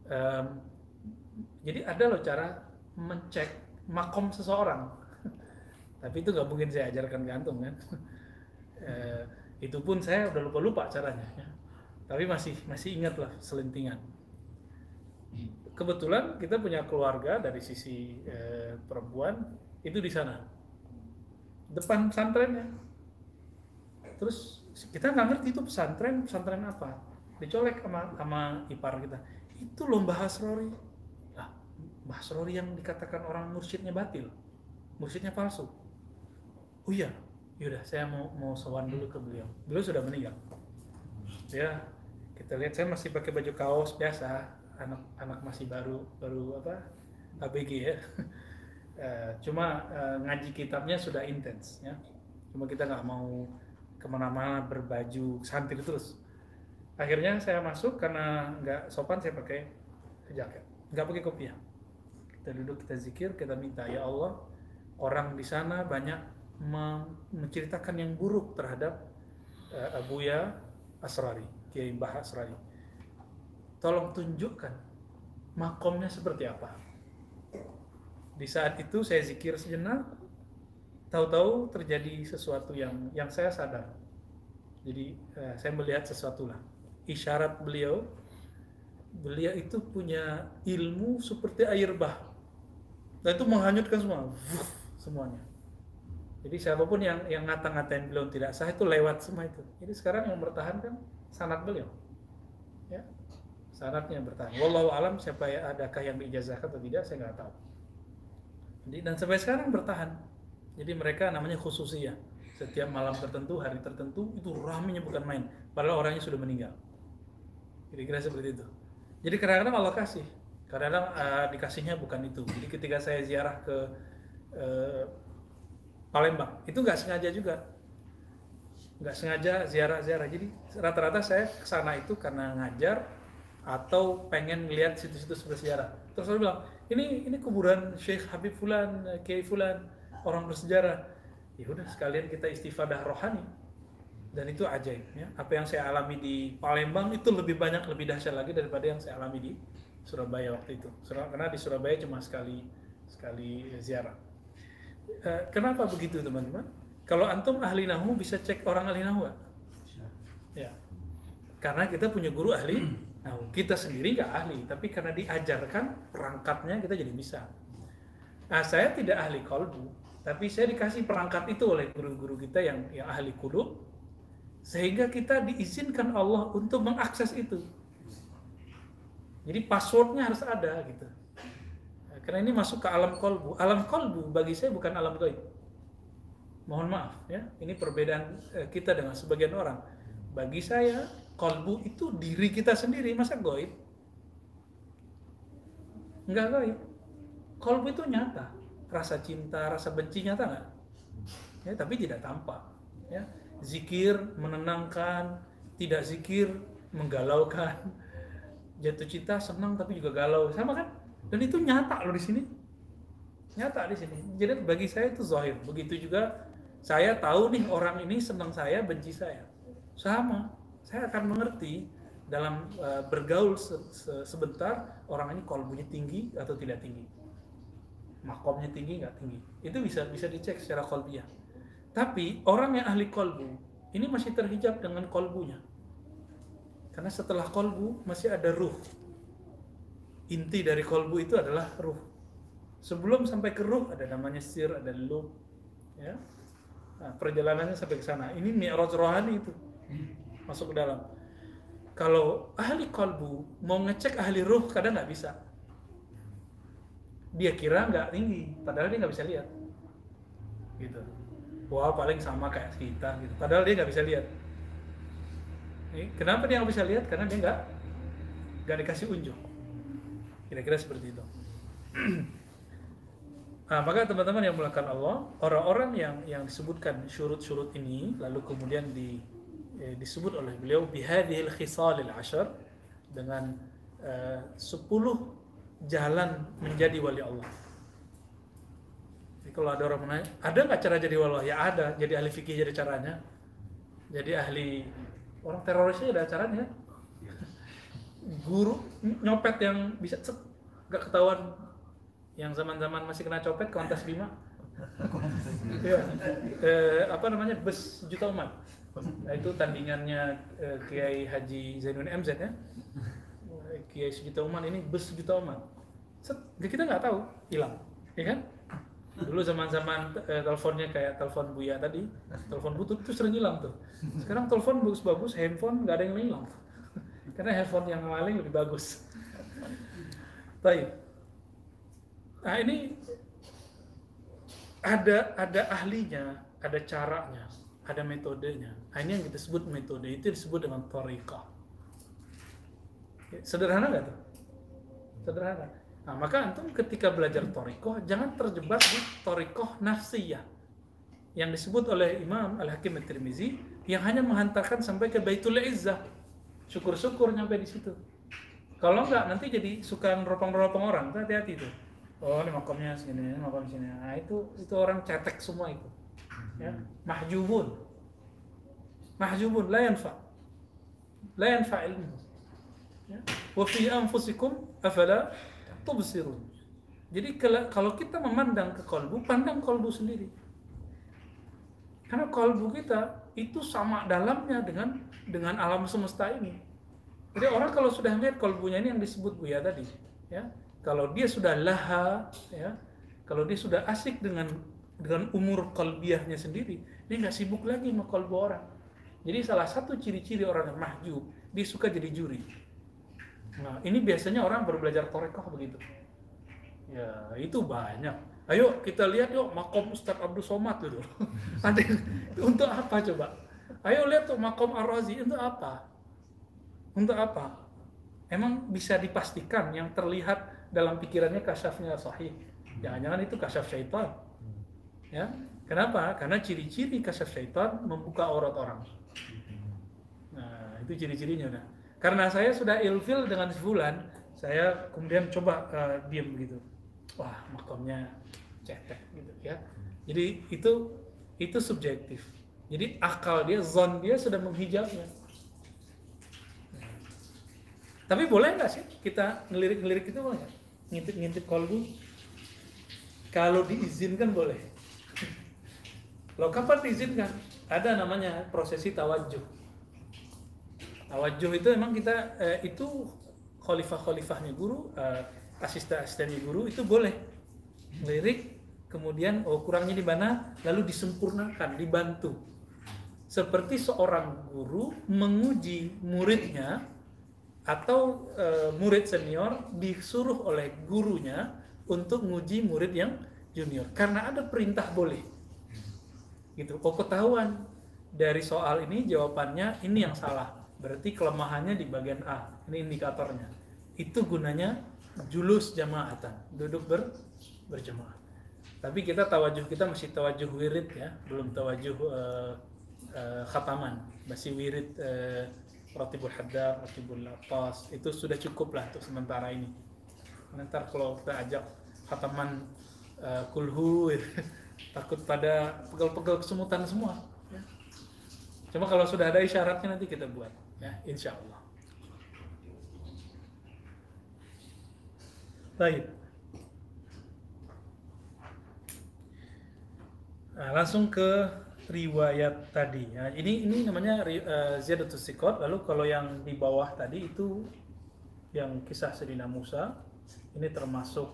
jadi ada loh cara mencek makom seseorang. Tapi itu nggak mungkin saya ajarkan ke antum kan. Itu pun saya udah lupa caranya. Ya. Tapi masih ingat lah selentingan. Kebetulan kita punya keluarga dari sisi perempuan itu di sana, depan pesantrennya. Terus kita nggak ngerti itu pesantren apa. Dicolek sama ipar kita. Itu loh Mbah Asrori. Lah, Mbah Asrori yang dikatakan orang mursyidnya batil, mursyidnya palsu. Oh iya, yaudah saya mau sowan dulu ke beliau. Beliau sudah meninggal. Ya, kita lihat saya masih pakai baju kaos biasa. Anak masih baru apa ABG ya. Cuma ngaji kitabnya sudah intens ya. Cuma kita nggak mau kemana-mana berbaju santri terus. Akhirnya saya masuk karena nggak sopan, saya pakai jaket, nggak pakai kopiah. Kita duduk, kita zikir, kita minta ya Allah, orang di sana banyak menceritakan yang buruk terhadap Abuya Asrari, Kiai Mbah Asrari. Tolong tunjukkan makomnya seperti apa. Di saat itu saya zikir sejenak, tahu-tahu terjadi sesuatu yang saya sadar. Jadi saya melihat sesuatu lah. Isyarat beliau itu punya ilmu seperti air bah. Dan itu menghanyutkan semuanya. Jadi siapapun yang ngata-ngatain beliau tidak sah itu lewat semua itu. Jadi sekarang yang bertahan kan sanad beliau. Ya. Sanadnya bertahan. Wallahu alam, siapa adakah yang diijazahkan atau tidak saya nggak tahu. Jadi, dan sampai sekarang bertahan. Jadi mereka namanya khususiyah. Setiap malam tertentu, hari tertentu itu ramainya bukan main. Padahal orangnya sudah meninggal. Kira-kira seperti itu. Jadi kadang-kadang Allah kasih, kadang-kadang dikasihnya bukan itu. Jadi ketika saya ziarah ke Palembang, itu nggak sengaja juga. Nggak sengaja ziarah-ziarah. Jadi rata-rata saya kesana itu karena ngajar atau pengen lihat situs-situs bersejarah. Terus saya bilang, ini kuburan Syekh Habib Fulan, Kiai Fulan, orang bersejarah. Ya udah sekalian kita istifadah rohani. Dan itu ajaib ya. Apa yang saya alami di Palembang itu lebih banyak, lebih dahsyat lagi daripada yang saya alami di Surabaya waktu itu. Karena di Surabaya cuma sekali ziarah. Kenapa begitu teman-teman? Kalau antum ahli nahwu bisa cek orang ahli nahwu. Ya. Karena kita punya guru ahli. Nah, kita sendiri nggak ahli, tapi karena diajarkan perangkatnya kita jadi bisa. Nah, saya tidak ahli qalbu, tapi saya dikasih perangkat itu oleh guru-guru kita yang ahli qulub, sehingga kita diizinkan Allah untuk mengakses itu. Jadi passwordnya harus ada gitu. Nah, karena ini masuk ke alam qalbu. Alam qalbu bagi saya bukan alam gaib. Mohon maaf ya, ini perbedaan kita dengan sebagian orang. Bagi saya qalbu itu diri kita sendiri, masa gaib? Enggak gaib. Qalbu itu nyata. Rasa cinta, rasa benci nyata nggak? Ya, tapi tidak tampak. Ya. Zikir menenangkan, tidak zikir menggalaukan. Jatuh cinta senang tapi juga galau, sama kan? Dan itu nyata loh di sini. Nyata di sini. Jadi bagi saya itu zahir. Begitu juga saya tahu nih orang ini senang saya, benci saya. Sama. Saya akan mengerti dalam bergaul sebentar orang ini qalbunya tinggi atau tidak tinggi. Makomnya tinggi nggak tinggi. Itu bisa dicek secara qalbiyah. Tapi orang yang ahli qalbu ini masih terhijab dengan qalbunya. Karena setelah qalbu masih ada ruh. Inti dari qalbu itu adalah ruh. Sebelum sampai ke ruh ada namanya sir, ada lub, ya. Nah, perjalanannya sampai ke sana. Ini mi'raj rohani itu. Masuk ke dalam. Kalau ahli qalbu mau ngecek ahli ruh kadang nggak bisa. Dia kira nggak tinggi, padahal dia nggak bisa lihat. Gitu. Wah, paling sama kayak kita gitu. Padahal dia nggak bisa lihat. Kenapa dia nggak bisa lihat? Karena dia nggak dikasih unjuk. Kira-kira seperti itu. Nah, maka teman-teman yang mulakan Allah, orang-orang yang disebutkan syurut-syurut ini, lalu kemudian disebut oleh beliau bihadhil khisalil 'ashar, dengan 10 jalan menjadi wali Allah. Jadi kalau ada orang menanya, ada nggak cara jadi wali Allah? Ya ada. Jadi ahli fikih jadi caranya. Jadi ahli orang terorisnya ada caranya. Guru nyopet yang bisa nggak ketahuan, yang zaman-zaman masih kena copet kontes Bima. Ya, bus juta umat. Nah, itu tandingannya Kiai Haji Zainuddin MZ ya. Kiai sejuta umat, ini bus sejuta umat. Kita nggak tahu, hilang, ya kan? Dulu zaman-zaman teleponnya kayak telepon Buya tadi, telepon butut itu sering hilang tuh. Sekarang telepon bagus-bagus, handphone nggak ada yang hilang, karena handphone yang maling lebih bagus. Baik. Nah ini ada ahlinya, ada caranya, ada metodenya. Nah, ini yang kita sebut metode, itu disebut dengan thariqah. Sederhana nggak tuh? Sederhana. Nah, maka antum ketika belajar thariqah jangan terjebak di thariqah nafsiyah yang disebut oleh Imam Al-Hakim At-Tirmizi, yang hanya menghantarkan sampai ke Baitul Izzah. Syukur-syukur nyampe di situ. Kalau enggak nanti jadi suka neropong-neropong orang, hati-hati tuh. Oh, ini makomnya sini, ini makom sini. Nah, itu orang cetek semua itu. Ya, mahjubun, la yanfa ilmu. Ya, wa fi anfusikum afala tubsirun. Jadi kalau kita memandang ke qalbu, pandang qalbu sendiri. Karena qalbu kita itu sama dalamnya dengan alam semesta ini. Jadi orang kalau sudah melihat qalbunya ini yang disebut Buya tadi, ya. Kalau dia sudah laha, ya, kalau dia sudah asik dengan umur qalbiyahnya sendiri, dia nggak sibuk lagi sama qalbu orang. Jadi salah satu ciri-ciri orang yang mahjub, dia suka jadi juri. Nah, ini biasanya orang baru belajar thariqah begitu. Ya, itu banyak. Ayo kita lihat yuk makom Ustadz Abdul Somad dulu. Untuk apa coba? Ayo lihat tuh makom Ar-Razi, untuk apa? Untuk apa? Emang bisa dipastikan yang terlihat dalam pikirannya kasyafnya sahih? Jangan-jangan itu kasyaf syaitan. Ya, kenapa? Karena ciri-ciri kasyaf syaitan membuka aurat orang. Nah, itu ciri-cirinya udah. Karena saya sudah ilfil dengan si fulan, saya kemudian coba diam gitu. Wah, makomnya cetek gitu ya. Jadi itu subjektif. Jadi akal dia, zon dia sudah menghijabnya. Tapi boleh nggak sih kita ngelirik-ngelirik itu, boleh nggak? Ngintip-ngintip qalbu? Kalau diizinkan boleh. Loh, kapan diizinkan? Ada namanya prosesi tawajjuh. Tawajjuh itu memang kita itu khalifah-khalifahnya guru, asisten-asistennya guru itu boleh ngelirik, kemudian kurangnya di mana, lalu disempurnakan, dibantu. Seperti seorang guru menguji muridnya, atau murid senior disuruh oleh gurunya untuk menguji murid yang junior, karena ada perintah boleh gitu. Oh, ketahuan dari soal ini jawabannya ini yang salah, berarti kelemahannya di bagian A, ini indikatornya. Itu gunanya julus jamaatan, duduk berjamaah. Tapi kita tawajuh kita masih tawajuh wirid ya, belum tawajuh khataman, masih wirid ratibul haddad, ratibul atas, itu sudah cukup lah untuk sementara ini. Nanti kalau kita ajak khataman kulhu, takut pada pegel-pegel kesemutan semua. Ya. Cuma kalau sudah ada isyaratnya nanti kita buat, ya insya Allah. Baik. Nah, langsung ke riwayat tadi. Ya, ini namanya ziyadatus siqat. Lalu kalau yang di bawah tadi itu yang kisah Sayyidina Musa, ini termasuk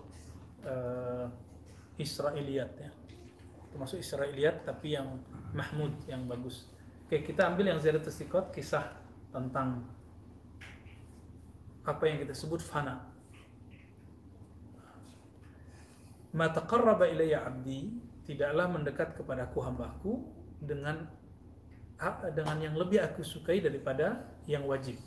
Israiliyat ya. Termasuk Israiliyat tapi yang mahmud, yang bagus. Oke, kita ambil yang ziyadatus siqat, kisah tentang apa yang kita sebut fana. Ma taqarraba ilayya 'abdi, tidaklah mendekat kepadaku hambaku dengan yang lebih aku sukai daripada yang wajib.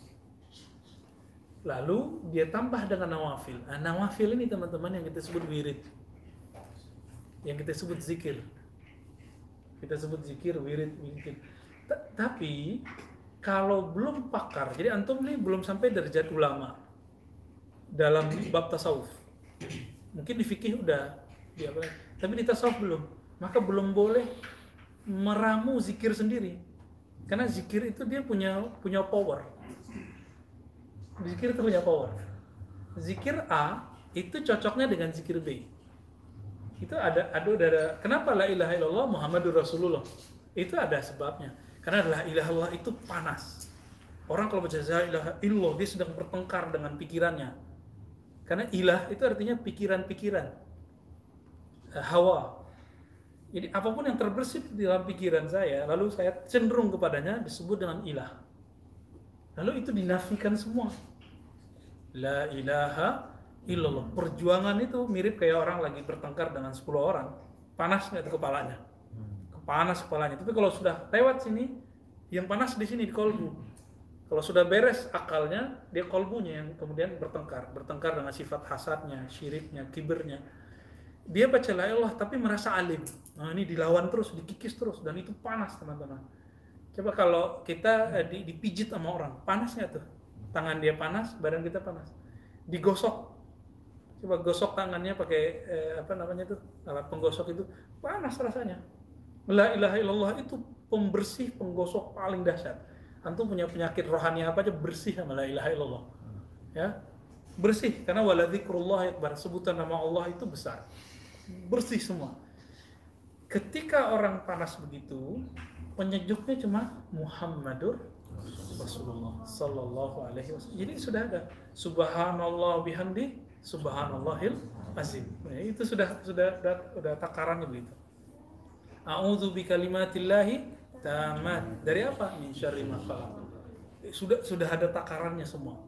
Lalu dia tambah dengan nawafil. Nah, nawafil ini teman-teman yang kita sebut wirid, yang kita sebut zikir. Kita sebut zikir, wirid, wirid. Tapi kalau belum pakar, jadi antum ini belum sampai derajat ulama dalam bab tasawuf. Mungkin di fikih udah, tapi di tasawuf belum. Maka belum boleh meramu zikir sendiri. Karena zikir itu dia punya power. Zikir itu punya power. Zikir A itu cocoknya dengan zikir B. Itu ada kenapa la ilaha illallah Muhammadur Rasulullah? Itu ada sebabnya. Karena la ilaha illallah itu panas. Orang kalau baca la ilaha illallah dia sedang bertengkar dengan pikirannya. Karena ilah itu artinya pikiran-pikiran, hawa. Jadi apapun yang terbersit di dalam pikiran saya, lalu saya cenderung kepadanya, disebut dengan ilah. Lalu itu dinafikan semua. La ilaha illallah. Perjuangan itu mirip kayak orang lagi bertengkar dengan 10 orang. Panas nggak itu kepalanya? Panas kepalanya. Tapi kalau sudah lewat sini, yang panas di sini di kolbu. Kalau sudah beres akalnya, dia kolbunya yang kemudian bertengkar dengan sifat hasadnya, syiriknya, kibernya. Dia baca la ilallah tapi merasa alim. Nah, ini dilawan terus, dikikis terus, dan itu panas teman-teman. Coba kalau kita dipijit sama orang, panas nggak tuh? Tangan dia panas, badan kita panas. Digosok, coba gosok tangannya pakai alat penggosok itu, panas rasanya. La ilaha illallah itu pembersih, penggosok paling dahsyat. Antum punya penyakit rohani apa aja bersih sama la ilaha illallah. Ya. Bersih karena wala dzikrullah akbar, sebutan nama Allah itu besar. Bersih semua. Ketika orang panas begitu, penyejuknya cuma Muhammadur Rasulullah sallallahu alaihi wasallam. Jadi sudah ada subhanallah bihamdi subhanallahil azim. Ya, itu sudah takarannya begitu. A'udzu bikalimatillahi tamat. Dari apa? Min syarri ma khalaq. Sudah ada takarannya semua.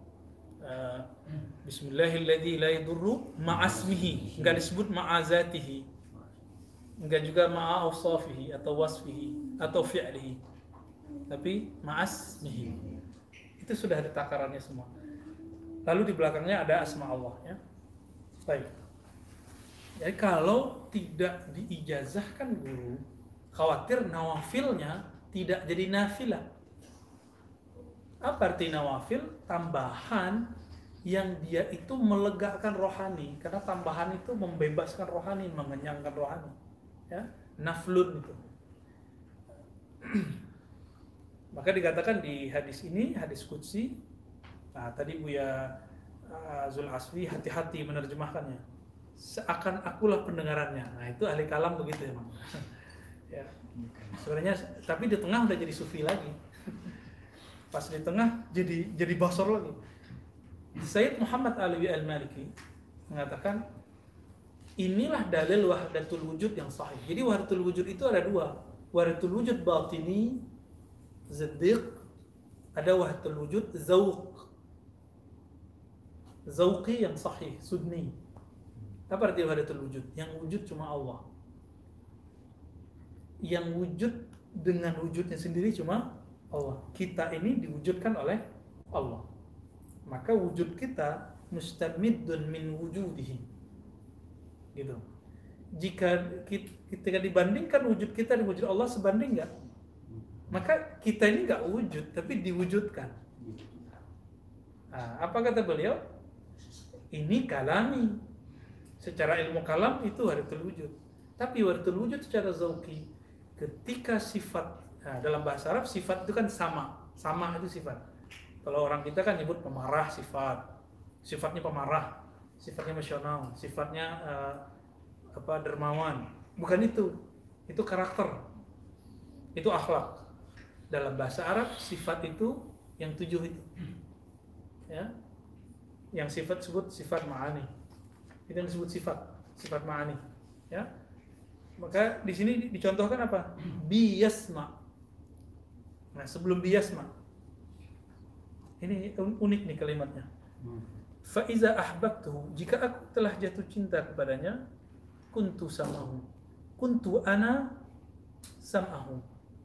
Bismillahilladzi la yadurru ma'asmihi, enggak disebut ma'azatihi, enggak juga ma'awsafihi atau wasfihi atau fi'lihi, tapi ma'asmihi. Itu sudah ada takarannya semua. Lalu di belakangnya ada asma Allah ya. Baik. Jadi kalau tidak diijazahkan guru, khawatir nawafilnya tidak jadi nafilah. Apa arti nawafil? Tambahan yang dia itu melegakan rohani, karena tambahan itu membebaskan rohani, mengenyangkan rohani. Ya, naflun itu. Maka dikatakan di hadis ini, hadis qudsi. Nah, tadi Buya Zul Asfi hati-hati menerjemahkannya. Seakan akulah pendengarannya. Nah, itu ahli kalam begitu emang. Ya. Sebenarnya tapi di tengah udah jadi sufi lagi. Pas di tengah jadi basor lagi. Sayyid Muhammad Alawi Al-Maliki mengatakan inilah dalil wahdatul wujud yang sahih. Jadi wahdatul wujud itu ada dua. Wahdatul wujud batini, zaddiq, ada wahdatul wujud zauqi yang sahih, sudni. Apa arti wahdatul wujud? Yang wujud cuma Allah. Yang wujud dengan wujudnya sendiri cuma Allah. Kita ini diwujudkan oleh Allah. Maka wujud kita mustamiddun min wujudihi. Gitu. Jika ketika dibandingkan wujud kita dengan wujud Allah sebanding nggak? Maka kita ini nggak wujud, tapi diwujudkan. Nah, apa kata beliau? Ini kalami. Secara ilmu kalam itu waritul wujud. Tapi waritul wujud secara zauqi, ketika sifat, dalam bahasa Arab sifat itu kan sama. Sama itu sifat. Kalau orang kita kan nyebut pemarah sifat. Sifatnya pemarah, sifatnya emosional, sifatnya dermawan. Bukan itu. Itu karakter. Itu akhlak. Dalam bahasa Arab sifat itu yang 7 itu. Ya. Yang sifat sebut sifat ma'ani. Itu yang disebut sifat ma'ani. Ya. Maka di sini dicontohkan apa? Biyasma. Nah, sebelum biyasma. Ini unik nih kalimatnya. Fa iza ahbabtuhu, jika aku telah jatuh cinta kepadanya, kuntu samahu. Kuntu ana sam'ahu.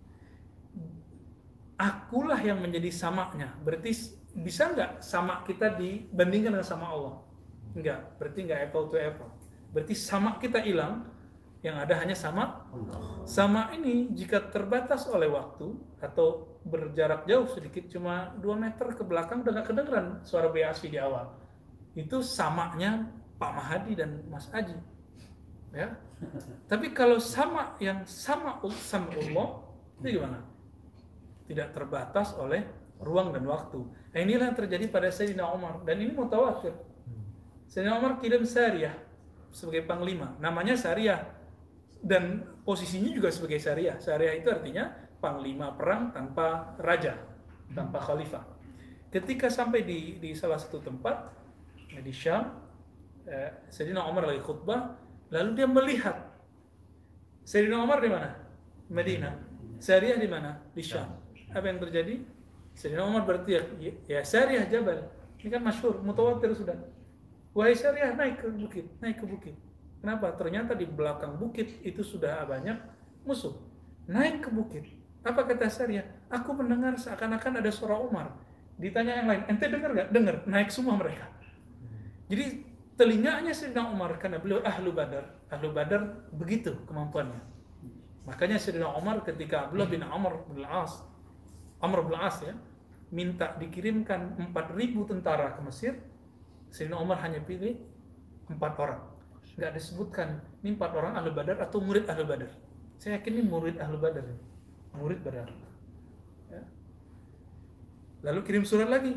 Akulah yang menjadi samanya. Berarti bisa nggak sama kita dibandingkan dengan sama Allah? Enggak, berarti nggak apple to apple. Berarti sama kita hilang, yang ada hanya sama. Sama ini jika terbatas oleh waktu atau berjarak jauh sedikit, cuma 2 meter ke belakang udah nggak kedengeran suara BASV di awal. Itu samanya Pak Mahadi dan Mas Aji. Ya. Tapi kalau sama yang sama Allah, itu gimana? Tidak terbatas oleh ruang dan waktu. Nah, inilah yang terjadi pada Sayyidina Umar, dan ini mutawatir. Sayyidina Umar kirim Sariyah sebagai panglima, namanya Sariyah, dan posisinya juga sebagai Sariyah. Sariyah itu artinya panglima perang tanpa raja, tanpa khalifah. Ketika sampai di salah satu tempat di Syam, Sayyidina Umar lagi khutbah, lalu dia melihat Sayyidina Umar di mana? Madinah. Sariyah di mana? Di Syam. Apa yang terjadi? Sayyidina Umar berteriak, ya Sariyah Jabal. Ini kan masyhur, mutawatir sudah. Wahai Sariyah, naik ke bukit. Kenapa? Ternyata di belakang bukit itu sudah banyak musuh. Naik ke bukit. Apa kata Sariyah? Aku mendengar seakan-akan ada suara Umar. Ditanya yang lain, ente dengar nggak? Dengar. Naik semua mereka. Jadi telinganya Sayyidina Umar, karena beliau ahlu Badar. Ahlu Badar begitu kemampuannya. Makanya Sayyidina Umar ketika Abdullah bin Amr bin Al-As ya, minta dikirimkan 4.000 tentara ke Mesir, Sayyidina Umar hanya pilih 4 orang. Nggak disebutkan ini 4 orang ahlu Badar atau murid ahlu Badar. Saya yakin ini murid ahlu Badar, murid Badar. Ya. Lalu kirim surat lagi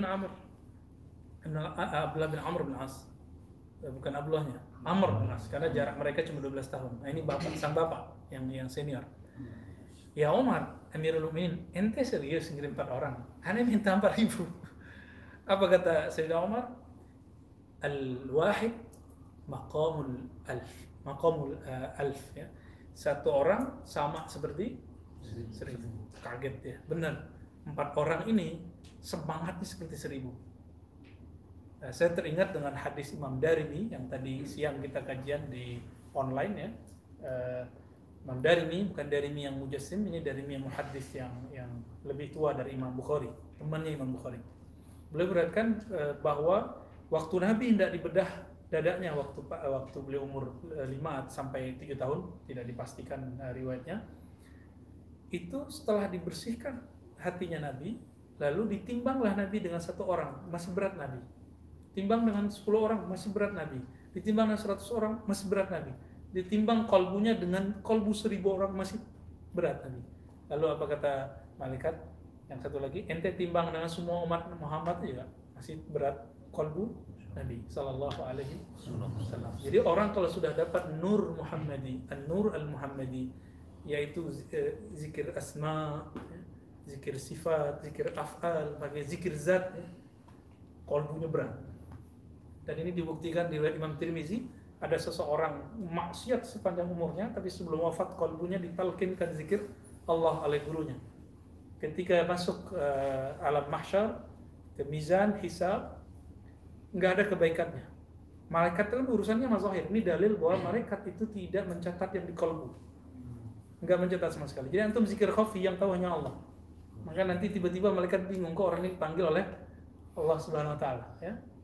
Abdullah bin Amr bin As, bukan Abdullahnya, Amr bin As, karena jarak mereka cuma 12 tahun. Nah, ini sang bapak yang senior. Ya Umar, Amirul Mukminin, ente serius ngirim 4 orang? Ane minta 4.000. Apa kata Sayyidina Umar? Al-wahid maqamul alf, ya. Satu orang sama seperti 1.000. Kaget ya, benar. 4 orang ini semangatnya seperti 1.000. Saya teringat dengan hadis Imam Darimi yang tadi siang kita kajian di online ya. Imam Darimi, bukan Darimi yang mujassim, ini Darimi yang muhaddis yang lebih tua dari Imam Bukhari, temannya Imam Bukhari. Beliau beratkan bahwa waktu Nabi tidak dibedah dadanya waktu beliau umur 5 sampai 7 tahun, tidak dipastikan riwayatnya. Itu setelah dibersihkan hatinya Nabi, lalu ditimbanglah Nabi dengan 1 orang, masih berat Nabi. Timbang dengan 10 orang, masih berat Nabi. Ditimbang dengan 100 orang, masih berat Nabi. Ditimbang kolbunya dengan kolbu 1.000 orang, masih berat Nabi. Lalu apa kata malaikat yang satu lagi? Ente timbang dengan semua umat Muhammad juga masih berat kolbu Nabi sallallahu alaihi wasallam. Jadi orang kalau sudah dapat nur Muhammadi, an-nur al-Muhammadi, yaitu zikir asma, zikir sifat, zikir af'al, pakai zikir zat, kolbunya berat. Dan ini dibuktikan di riwayat Imam Tirmizi, ada seseorang maksiat sepanjang umurnya, tapi sebelum wafat kolbunya ditalkinkan zikir Allah oleh gurunya. Ketika masuk alam mahsyar, ke mizan, hisab, nggak ada kebaikannya. Malaikat itu urusannya mazahir. Ini dalil bahwa malaikat itu tidak mencatat yang di kolbu, nggak mencatat sama sekali. Jadi antum zikir khafi yang tahu hanya Allah. Maka nanti tiba-tiba malaikat bingung kok orang ini dipanggil oleh Allah Subhanahu Wa Taala. Ya,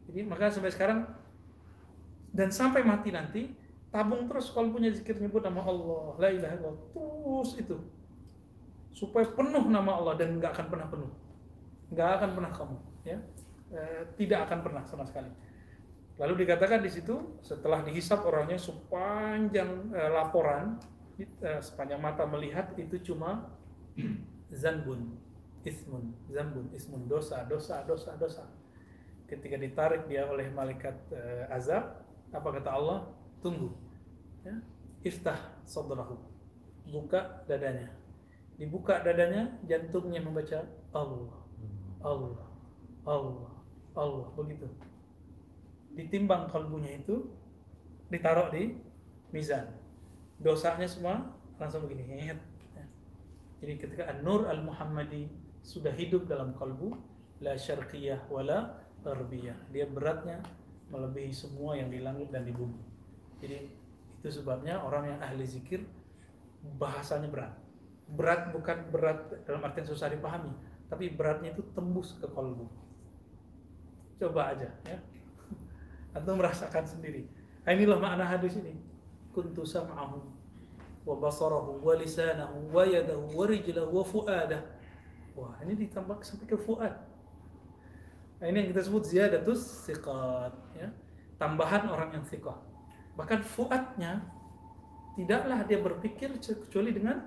Jadi maka sampai sekarang dan sampai mati nanti tabung terus kalau punya zikir nyebut nama Allah, la ilaha illallah, terus itu supaya penuh nama Allah dan nggak akan pernah penuh, nggak akan pernah kamu, ya, tidak akan pernah sama sekali. Lalu dikatakan di situ setelah dihisap orangnya sepanjang laporan, sepanjang mata melihat itu cuma zanbun, ismun, zambun, ismun, dosa. Ketika ditarik dia oleh malaikat azab, apa kata Allah? Tunggu, ya. Iftah sadrahu, buka dadanya. Dibuka dadanya, jantungnya membaca Allah, Allah, Allah, Allah, begitu. Ditimbang kalbunya itu, ditaruh di mizan. Dosanya semua langsung begini. Ya. Jadi ketika An-Nur Al-Muhammadi sudah hidup dalam kalbu, la syarqiyah wala gharbiyah. Dia beratnya melebihi semua yang di langit dan di bumi. Jadi itu sebabnya orang yang ahli zikir bahasanya berat. Berat bukan berat dalam artian susah dipahami, tapi beratnya itu tembus ke kalbu. Coba aja, ya. Atau merasakan sendiri. Inilah makna hadis ini. Kuntu sam'ahu wa basarahu wa lisanahu wa yadahu wa rijlahu wa fu'adah. Wah, ini ditambah sampai ke fuad. Nah, ini yang kita sebut ziyadatus thiqat, ya. Tambahan orang yang thiqah. Bahkan fuadnya tidaklah dia berpikir kecuali dengan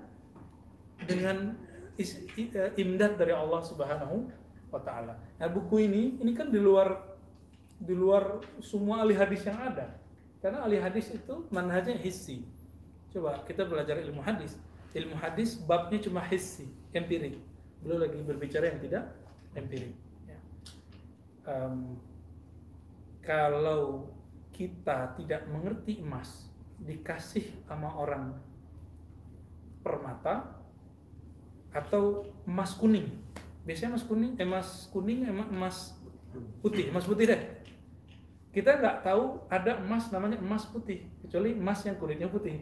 imdad dari Allah Subhanahu wa taala. Nah, buku ini kan di luar semua ahli hadis yang ada. Karena ahli hadis itu manhajnya hissi. Coba kita belajar ilmu hadis. Ilmu hadis babnya cuma hissi, empirik. Belum lagi berbicara yang tidak empirik. Ya. Kalau kita tidak mengerti emas, dikasih sama orang permata atau emas kuning. Biasanya emas kuning, emas putih deh. Kita nggak tahu ada emas namanya emas putih, kecuali emas yang kulitnya putih.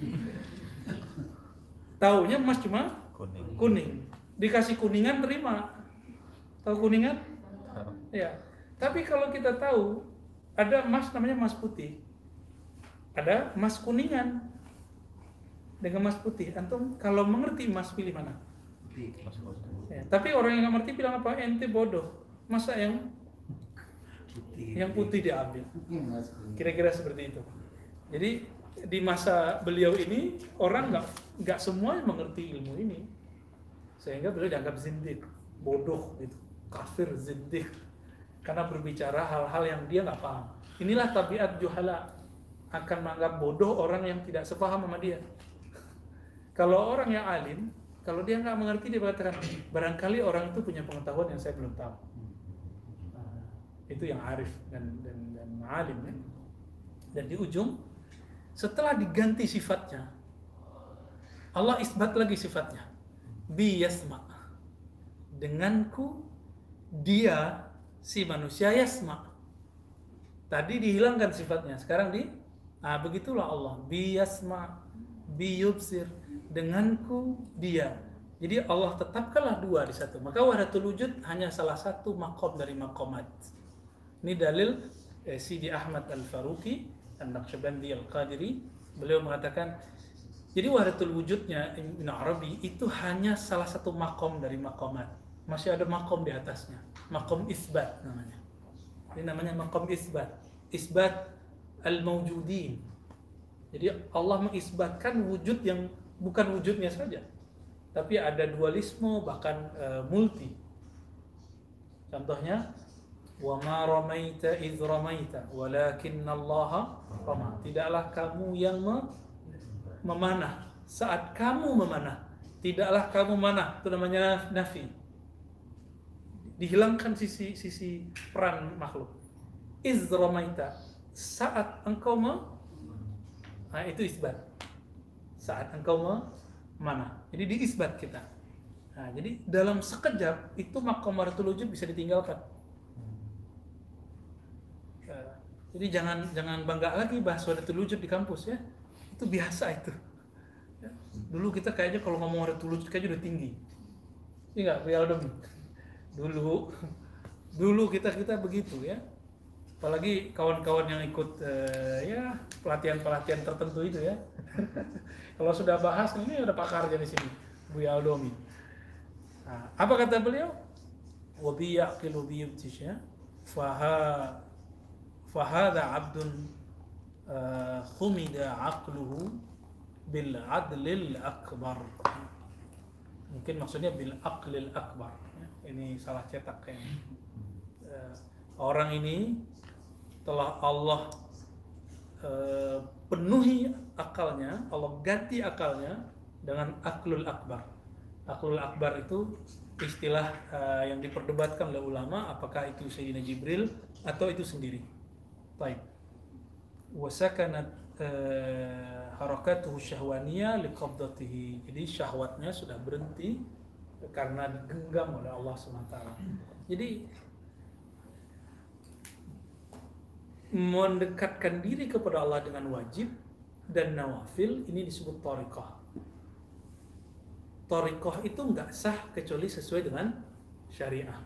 Taunya emas cuma kuning. Dikasih kuningan terima. Tahu kuningan? Ya. Tapi kalau kita tahu ada emas namanya emas putih, ada emas kuningan dengan emas putih. Antum kalau mengerti emas pilih mana? Ya, tapi orang yang nggak ngerti bilang apa? Ente bodoh. Masa yang putih diambil? Kira-kira seperti itu. Jadi di masa beliau ini orang nggak semua mengerti ilmu ini, sehingga beliau dianggap zindiq, bodoh gitu, kafir, zindiq, karena berbicara hal-hal yang dia nggak paham. Inilah tabiat juhala, akan menganggap bodoh orang yang tidak sepaham sama dia. Kalau orang yang alim, kalau dia nggak mengerti, dia mengatakan barangkali orang itu punya pengetahuan yang saya belum tahu. Nah, itu yang arif dan alim, ya. Dan di ujung, setelah diganti sifatnya, Allah isbat lagi sifatnya. Bi yasma, denganku dia si manusia yasma. Tadi dihilangkan sifatnya, sekarang begitulah Allah. Bi yasma, bi yubsir, denganku dia. Jadi Allah tetapkanlah dua di satu. Maka wahdatul wujud hanya salah satu maqam dari maqamat. Ini dalil Sidi Ahmad Al-Faruqi An-Naqsyabandi Al-Qadiri. Beliau mengatakan, jadi wahdatul wujudnya Ibn Arabi itu hanya salah satu maqam dari maqamat. Masih ada maqam di atasnya. Maqam isbat namanya. Ini namanya maqam isbat. Isbat al-mawjudin. Jadi Allah mengisbatkan wujud yang bukan wujudnya saja, tapi ada dualisme, bahkan multi. Contohnya, wa ma ramaita idz ramaita walakinallaha rama. Tidaklah kamu yang memanah saat kamu memanah, tidaklah kamu manah. Itu namanya nafi. Dihilangkan sisi peran makhluk. Idz ramaita, saat engkau itu isbat. Saat engkau memanah. Jadi diisbat kita. Nah, jadi dalam sekejap itu maqam wahdatul wujud bisa ditinggalkan. Jadi jangan bangga lagi bahas wahdatul wujud di kampus, ya. Itu biasa itu. Ya. Dulu kita kayaknya kalau ngomong wahdatul wujud kayaknya udah tinggi. Iya enggak, Dulu kita begitu, ya. Apalagi kawan-kawan yang ikut ya pelatihan-pelatihan tertentu itu ya. Kalau sudah bahas ini ada pakarnya di sini, Buya Aldomi. Nah, apa kata beliau? Wa bi yaqilu bi yubtish ya. Fahada abdun khumida aqluhu bil adlil akbar. Mungkin maksudnya bil aqlil akbar. Ini salah cetak kayaknya. Orang ini telah Allah penuhi akalnya, Allah ganti akalnya dengan aklul akbar. Aklul akbar itu istilah yang diperdebatkan oleh ulama, apakah itu Sayyidina Jibril atau itu sendiri. Baik. Wasakanat harakatuhu syahwaniyah liqabdatihi. Jadi syahwatnya sudah berhenti karena digenggam oleh Allah SWT. Jadi mendekatkan diri kepada Allah dengan wajib dan nawafil ini disebut thariqah. Thariqah itu nggak sah kecuali sesuai dengan syariah.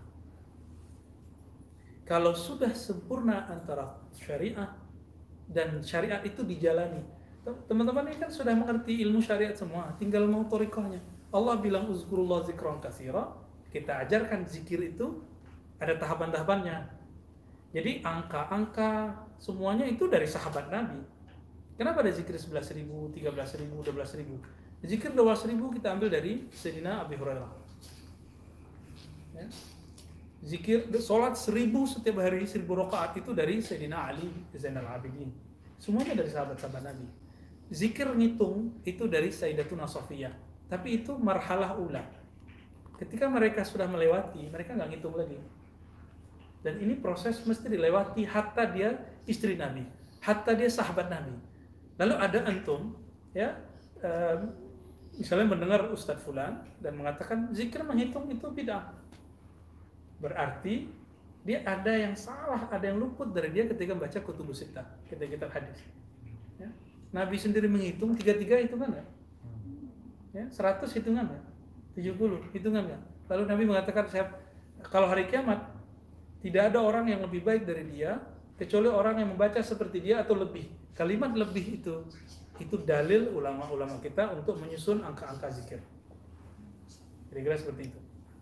Kalau sudah sempurna antara syariah dan syariat itu dijalani, teman-teman ini kan sudah mengerti ilmu syariat semua, tinggal mau thariqahnya. Allah bilang uzkurullah zikran katsira, kita ajarkan zikir itu ada tahapan-tahapannya. Jadi angka-angka semuanya itu dari sahabat Nabi. Kenapa ada zikir 11.000, 13.000, 12.000? Zikir 12.000 kita ambil dari Sayyidina Abi Hurairah. Ya. Zikir sholat 1.000 setiap hari 1.000 rakaat itu dari Sayyidina Ali Zainal Abidin. Semuanya dari sahabat-sahabat Nabi. Zikir ngitung itu dari Sayyidatuna Safiyah. Tapi itu marhalah ula. Ketika mereka sudah melewati, mereka nggak ngitung lagi. Dan ini proses mesti dilewati hatta dia istri Nabi, hatta dia sahabat Nabi. Lalu ada antum, ya, misalnya mendengar Ustadz Fulan dan mengatakan zikir menghitung itu bid'ah. Berarti dia ada yang salah, ada yang luput dari dia ketika membaca kutubus sittah, ketika kitab hadis. Ya. Nabi sendiri menghitung 33 hitungan nggak? Ya, 100 hitungan nggak? 70 hitungan nggak? Lalu Nabi mengatakan, kalau hari kiamat tidak ada orang yang lebih baik dari dia kecuali orang yang membaca seperti dia atau lebih. Kalimat lebih itu dalil ulama-ulama kita untuk menyusun angka-angka zikir. Kira-kira seperti itu.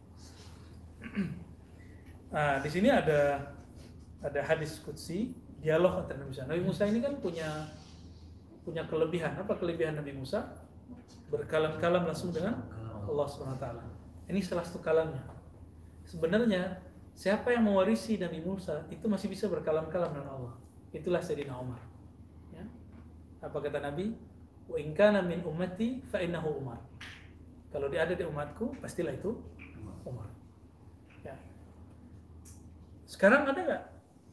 Nah, di sini ada hadis qudsi, dialog antara Nabi Musa. Nabi Musa ini kan punya kelebihan. Apa kelebihan Nabi Musa? Berkalam-kalam langsung dengan Allah SWT. Ini salah satu kalamnya. Sebenarnya siapa yang mewarisi Nabi Musa itu masih bisa berkalam-kalam dengan Allah. Itulah Sayyidina Umar. Ya. Apa kata Nabi? Wa in kana min ummati fa innahu Umar. Kalau dia ada di umatku, pastilah itu Umar. Ya. Sekarang ada nggak?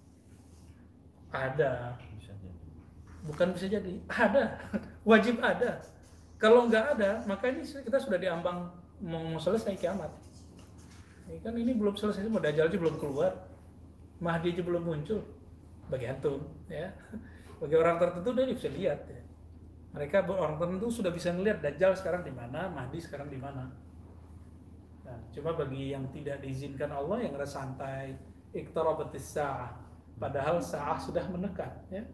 Ada. Bukan bisa jadi. Ada. Wajib ada. Kalau nggak ada, maka ini kita sudah diambang mau selesai kiamat. Ini kan ini belum selesai, Dajjal aja belum keluar, Mahdi aja belum muncul. Bagi antum, ya, bagi orang tertentu dia bisa lihat. Ya. Mereka orang tertentu sudah bisa melihat Dajjal sekarang di mana, Mahdi sekarang di mana. Nah, cuma bagi yang tidak diizinkan Allah yang ngerasa santai, iqtarabatis sa'ah, padahal sa'ah sudah mendekat. Ya.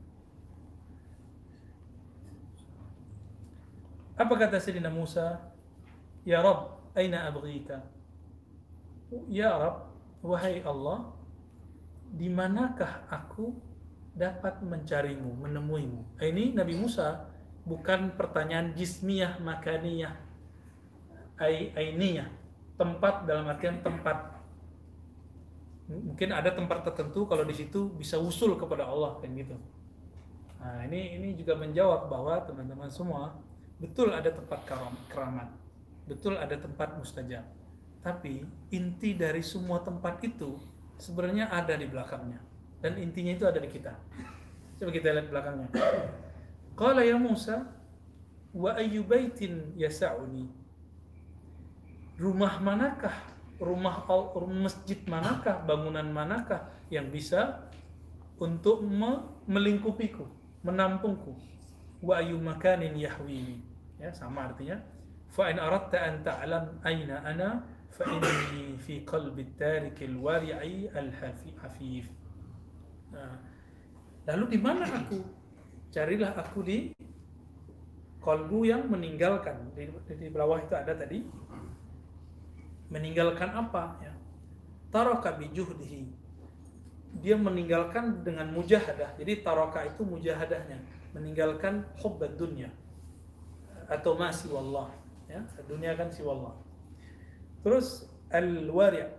Apa kata Sayyidina Musa? Ya Rabb, aina abghika? Ya Rabb, wahai Allah, di manakah aku dapat mencarimu, menemuimu? Ini Nabi Musa bukan pertanyaan jismiyah, makaniyah, ainiyah, tempat dalam artian tempat. Mungkin ada tempat tertentu kalau di situ bisa usul kepada Allah kan gitu. Nah, ini juga menjawab bahwa teman-teman semua betul ada tempat keramat, betul ada tempat mustajab. Tapi inti dari semua tempat itu sebenarnya ada di belakangnya. Dan intinya itu ada di kita. Coba kita lihat belakangnya. Qala ya Musa, wa ayyu baitin yasa'uni? Rumah manakah? Masjid manakah? Bangunan manakah yang bisa untuk melingkupiku, menampungku? Wa ayyu makanin yahwini? Ya, sama artinya. Fa in aradta an ta'lam aina ana fa inni fi qalbi at-tarik al-wari'i al-hafif. Nah, lalu di mana aku? Carilah aku di qalbu yang meninggalkan. Di bawah itu ada tadi. Meninggalkan apa? Ya. Taraka bijuhdihi. Dia meninggalkan dengan mujahadah. Jadi taraka itu mujahadahnya, meninggalkan hubbad dunya atau ma siwallah, ya, dunia kan siwallah. Terus al-wari',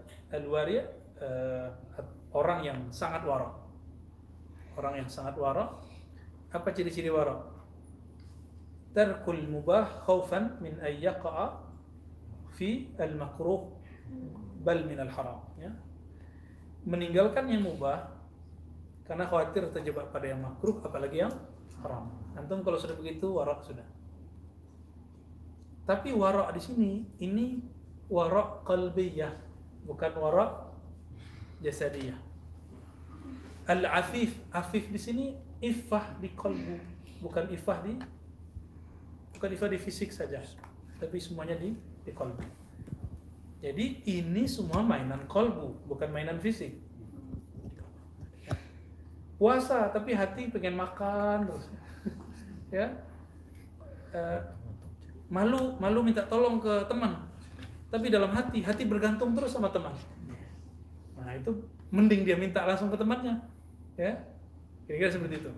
orang yang sangat wara'. Orang yang sangat wara'. Apa ciri-ciri wara'? Tarkul mubah khaufan min ay yaqa'a fi al-makruh bal min al-haram, ya. Meninggalkan yang mubah karena khawatir terjebak pada yang makruh, apalagi yang haram. Antum kalau sudah begitu wara' sudah. Tapi wara' di sini ini wara' qalbiyah, bukan wara' jasadiyah. Al-afif, afif di sini iffah di qalbu, bukan iffah di fisik saja, tapi semuanya di qalbu. Jadi ini semua mainan qalbu, bukan mainan fisik. Puasa tapi hati pengen makan terus. Ya. Malu minta tolong ke teman. Tapi dalam hati bergantung terus sama teman. Nah, itu mending dia minta langsung ke temannya. Ya. Kira-kira seperti itu.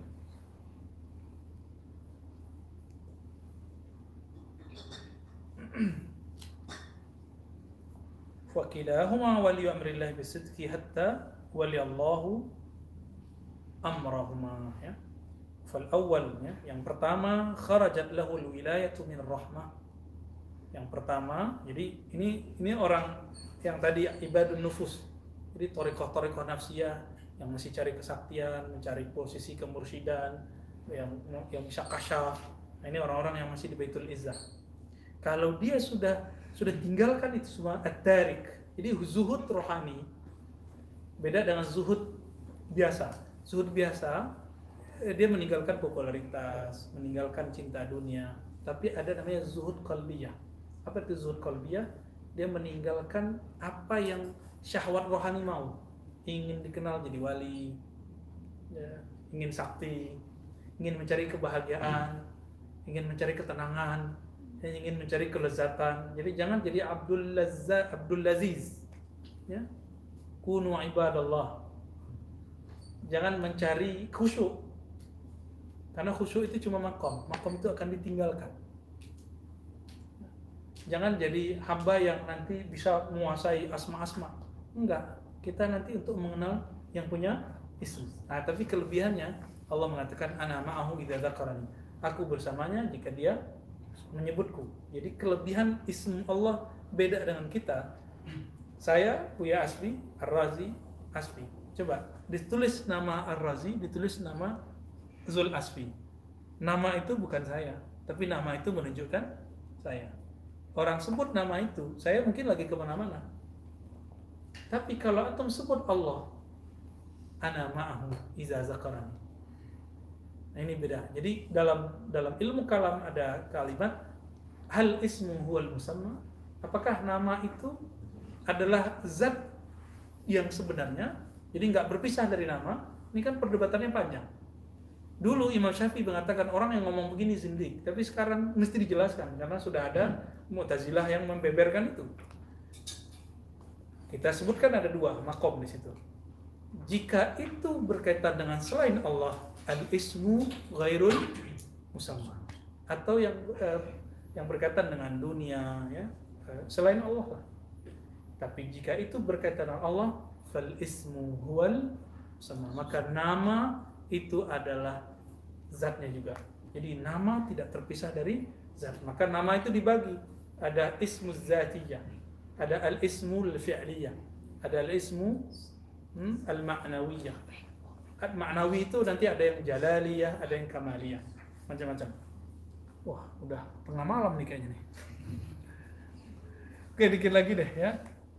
Wa kilahuma waliyu amrillah bisidqi hatta waliyallahu amrahuma, ya. Fal awwal, ya, yang pertama kharajat lahu alwilayatu min rahmah. Yang pertama, jadi ini orang yang tadi ibadun nufus. Jadi thariqah nafsiyah yang masih cari kesaktian, mencari posisi kemursyidaan, yang bisa kasyaf. Nah, ini orang-orang yang masih di Baitul Izzah. Kalau dia sudah tinggalkan itu semua, at-tarik. Jadi zuhud rohani beda dengan zuhud biasa. Zuhud biasa dia meninggalkan popularitas, meninggalkan cinta dunia. Tapi ada namanya zuhud qalbiyah. Apa itu zuhud qalbiyah? Dia meninggalkan apa yang syahwat rohani mau. Ingin dikenal jadi wali, ya, ingin sakti, ingin mencari kebahagiaan, ingin mencari ketenangan, ingin mencari kelezatan. Jadi jangan jadi Abdul Laziz, ya. Kunu ibadallah. Jangan mencari khusyuk, karena khusyuk itu cuma makom itu akan ditinggalkan. Jangan jadi hamba yang nanti bisa menguasai asma-asma. Enggak, kita nanti untuk mengenal yang punya ism. Nah, tapi kelebihannya Allah mengatakan ana ma'ahu idza dzakarani. Aku bersamanya jika dia menyebutku. Jadi kelebihan ism Allah beda dengan kita. Saya Buya Asfi, Ar-Razi Asfi. Coba ditulis nama Ar-Razi, ditulis nama Zul Asfi. Nama itu bukan saya, tapi nama itu menunjukkan saya. Orang sebut nama itu, saya mungkin lagi kemana-mana. Tapi kalau antum sebut Allah, ana ma'ahu iza zakarani. Nah, ini beda. Jadi dalam ilmu kalam ada kalimat hal ismu huwal musamma. Apakah nama itu adalah zat yang sebenarnya? Jadi nggak berpisah dari nama. Ini kan perdebatannya panjang. Dulu Imam Syafi'i mengatakan orang yang ngomong begini zindik, tapi sekarang mesti dijelaskan karena sudah ada Mu'tazilah yang membeberkan itu. Kita sebutkan ada dua makom di situ. Jika itu berkaitan dengan selain Allah, al-ismu ghairul musamma, atau yang berkaitan dengan dunia, ya, selain Allah lah. Tapi jika itu berkaitan dengan Allah, fal ismu huwal musamma, maka nama itu adalah zatnya juga. Jadi nama tidak terpisah dari zat. Maka nama itu dibagi. Ada ismu zatiyah, ada al-ismu al-fi'liyah, ada al-ismu al-ma'nawiyah. Ma'nawi itu nanti ada yang jalaliyah, ada yang kamaliyah, macam-macam. Wah, udah tengah malam nih kayaknya nih. Oke, dikit lagi deh ya.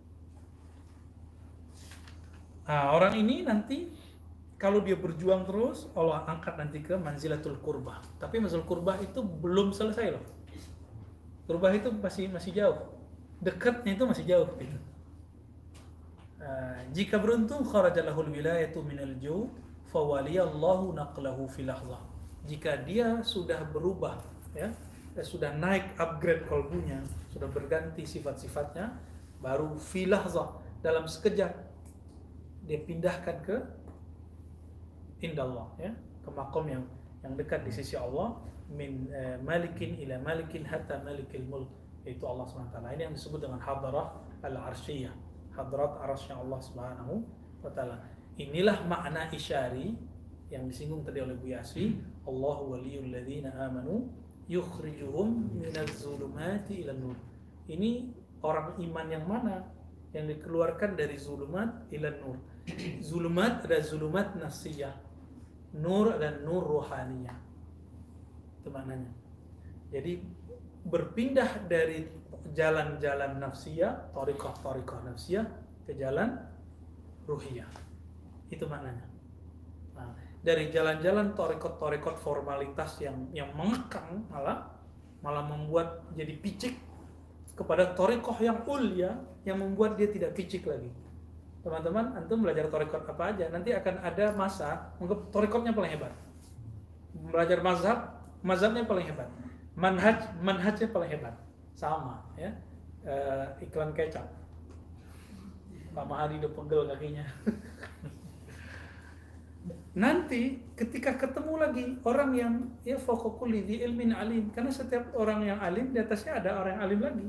Nah, orang ini nanti kalau dia berjuang terus, Allah angkat nanti ke manzilatul qurbah. Tapi manzilatul qurbah itu belum selesai loh. Qurbah itu masih jauh. Dekatnya itu masih jauh gitu. Jika beruntung kharajalahul wilayatu minal ju' fawaliyallahu naqlahu fi lahzah. Jika dia sudah berubah, ya, sudah naik upgrade kolbunya, sudah berganti sifat-sifatnya, baru fi lahzah, dalam sekejap dia pindahkan ke indallah, ya, ke makom yang dekat di sisi Allah, min malikin ila malikin hatta malikil mulk, yaitu Allah SWT. Ini yang disebut dengan hadrah al-arsyiyah, hadrat arasy Allah Subhanahu wa taala. Inilah makna isyari yang disinggung tadi oleh Bu Yasfi, Allahu waliyul ladzina amanu yukhrijuhum minaz zulumati ilan nur. Ini orang iman yang mana yang dikeluarkan dari zulumat ilan nur. Zulumat ada zulumat nafsiyah, nur dan nur rohaniyah. Itu maknanya. Jadi berpindah dari jalan-jalan nafsiyah, thariqah nafsiyah ke jalan ruhiyah. Itu maknanya. Nah, dari jalan-jalan thariqat formalitas yang mengekang malah membuat jadi picik, kepada thariqah yang ulya yang membuat dia tidak picik lagi. Teman-teman, antum belajar thariqat apa aja, nanti akan ada masa menganggap thariqatnya paling hebat. Belajar mazhabnya paling hebat. Manhajnya paling hebat. Sama, ya. Iklan kecap. Pak Mahadi udah pegel kakinya. Nanti ketika ketemu lagi orang yang ya fawqa kulli dzi ilmin alim, karena setiap orang yang alim di atasnya ada orang yang alim lagi.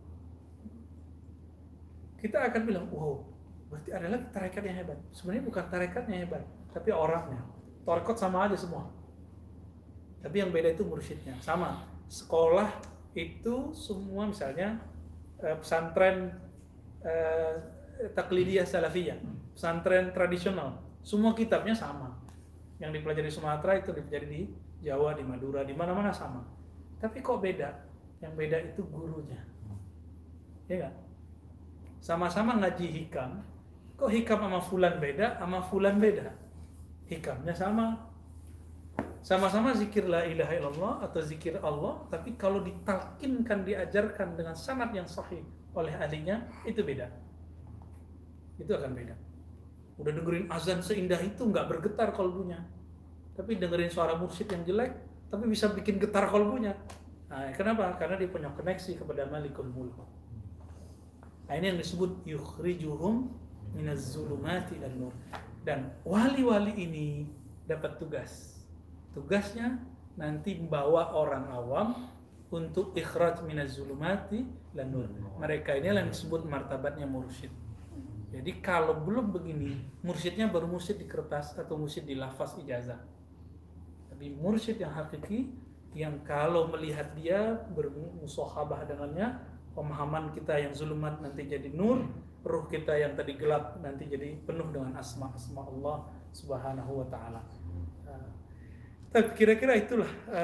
Kita akan bilang, wow, berarti ada lagi tarekat yang hebat. Sebenarnya bukan tarekatnya hebat, tapi orangnya. Tarekat sama aja semua. Tapi yang beda itu mursyidnya. Sama. Sekolah itu semua misalnya pesantren taklidiyah salafiyah, pesantren tradisional, semua kitabnya sama. Yang dipelajari di Sumatera itu dipelajari di Jawa, di Madura, di mana-mana sama. Tapi kok beda? Yang beda itu gurunya. Ya enggak? Sama-sama ngaji hikam, kok hikam sama fulan beda, sama fulan beda? Hikamnya sama. Sama-sama zikir la ilaha illallah atau zikir Allah, tapi kalau ditalkinkan, diajarkan dengan sanad yang sahih oleh ahlinya, itu beda. Itu akan beda. Udah dengerin azan seindah itu nggak bergetar kolbunya, tapi dengerin suara mursyid yang jelek, tapi bisa bikin getar kolbunya. Nah, kenapa? Karena dia punya koneksi kepada Malikul Mulk. Nah, ini yang disebut yukhrijuhum minaz zulumati ilan nur. Dan wali-wali ini dapat tugas. Tugasnya nanti membawa orang awam untuk ikhraj minaz zulumati ilan nur. Mereka ini yang disebut martabatnya mursyid. Jadi kalau belum begini, mursyidnya baru mursyid di kertas atau mursyid di lafaz ijazah. Tapi mursyid yang hakiki, yang kalau melihat dia bermusahabah dengannya, pemahaman kita yang zulumat nanti jadi nur, ruh kita yang tadi gelap nanti jadi penuh dengan asma-asma Allah Subhanahu wa taala. Tapi kira-kira itulah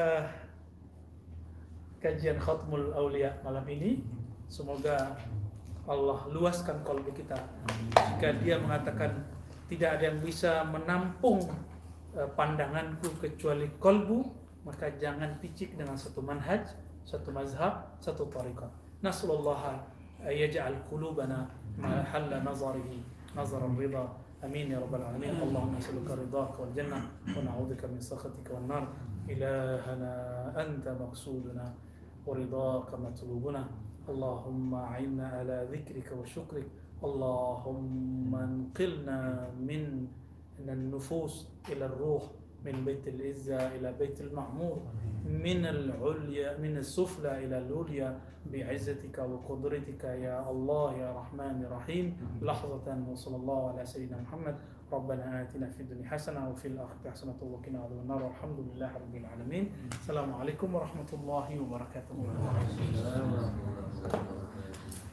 kajian Khatmul Aulia malam ini. Semoga Allah luaskan kalbu kita. Jika dia mengatakan tidak ada yang bisa menampung pandanganku kecuali kalbu, maka jangan picik dengan satu manhaj, satu mazhab, satu tariqah. Nasallallahu yaj'al qulubana ma halla nazarihi nazaran ridha. Amin ya rabbal alamin. Allahumma nas'aluka ridhaka wal jannah wa na'udzubika min sakhatika wan nar. Ilahana anta maqsuduna wa ridhaka matlubuna. Allahumma a'inna ala dhikrika wa syukrika. Allahumma anqilna min an-nufus ila ar-ruh, min baitil izza ila baitil ma'mur, min al-ulya min as-sufla ila al-ulya bi'izzatika wa qudratika ya Allah ya Rahman ya Rahim. Lahzatan wa sallallahu ala sayyidina Muhammad. Rabbana atina fid dunya hasanah wa fil akhirati hasanah wa qina adzaban nar. Alhamdulillahi rabbil alamin. Assalamualaikum warahmatullahi wabarakatuh.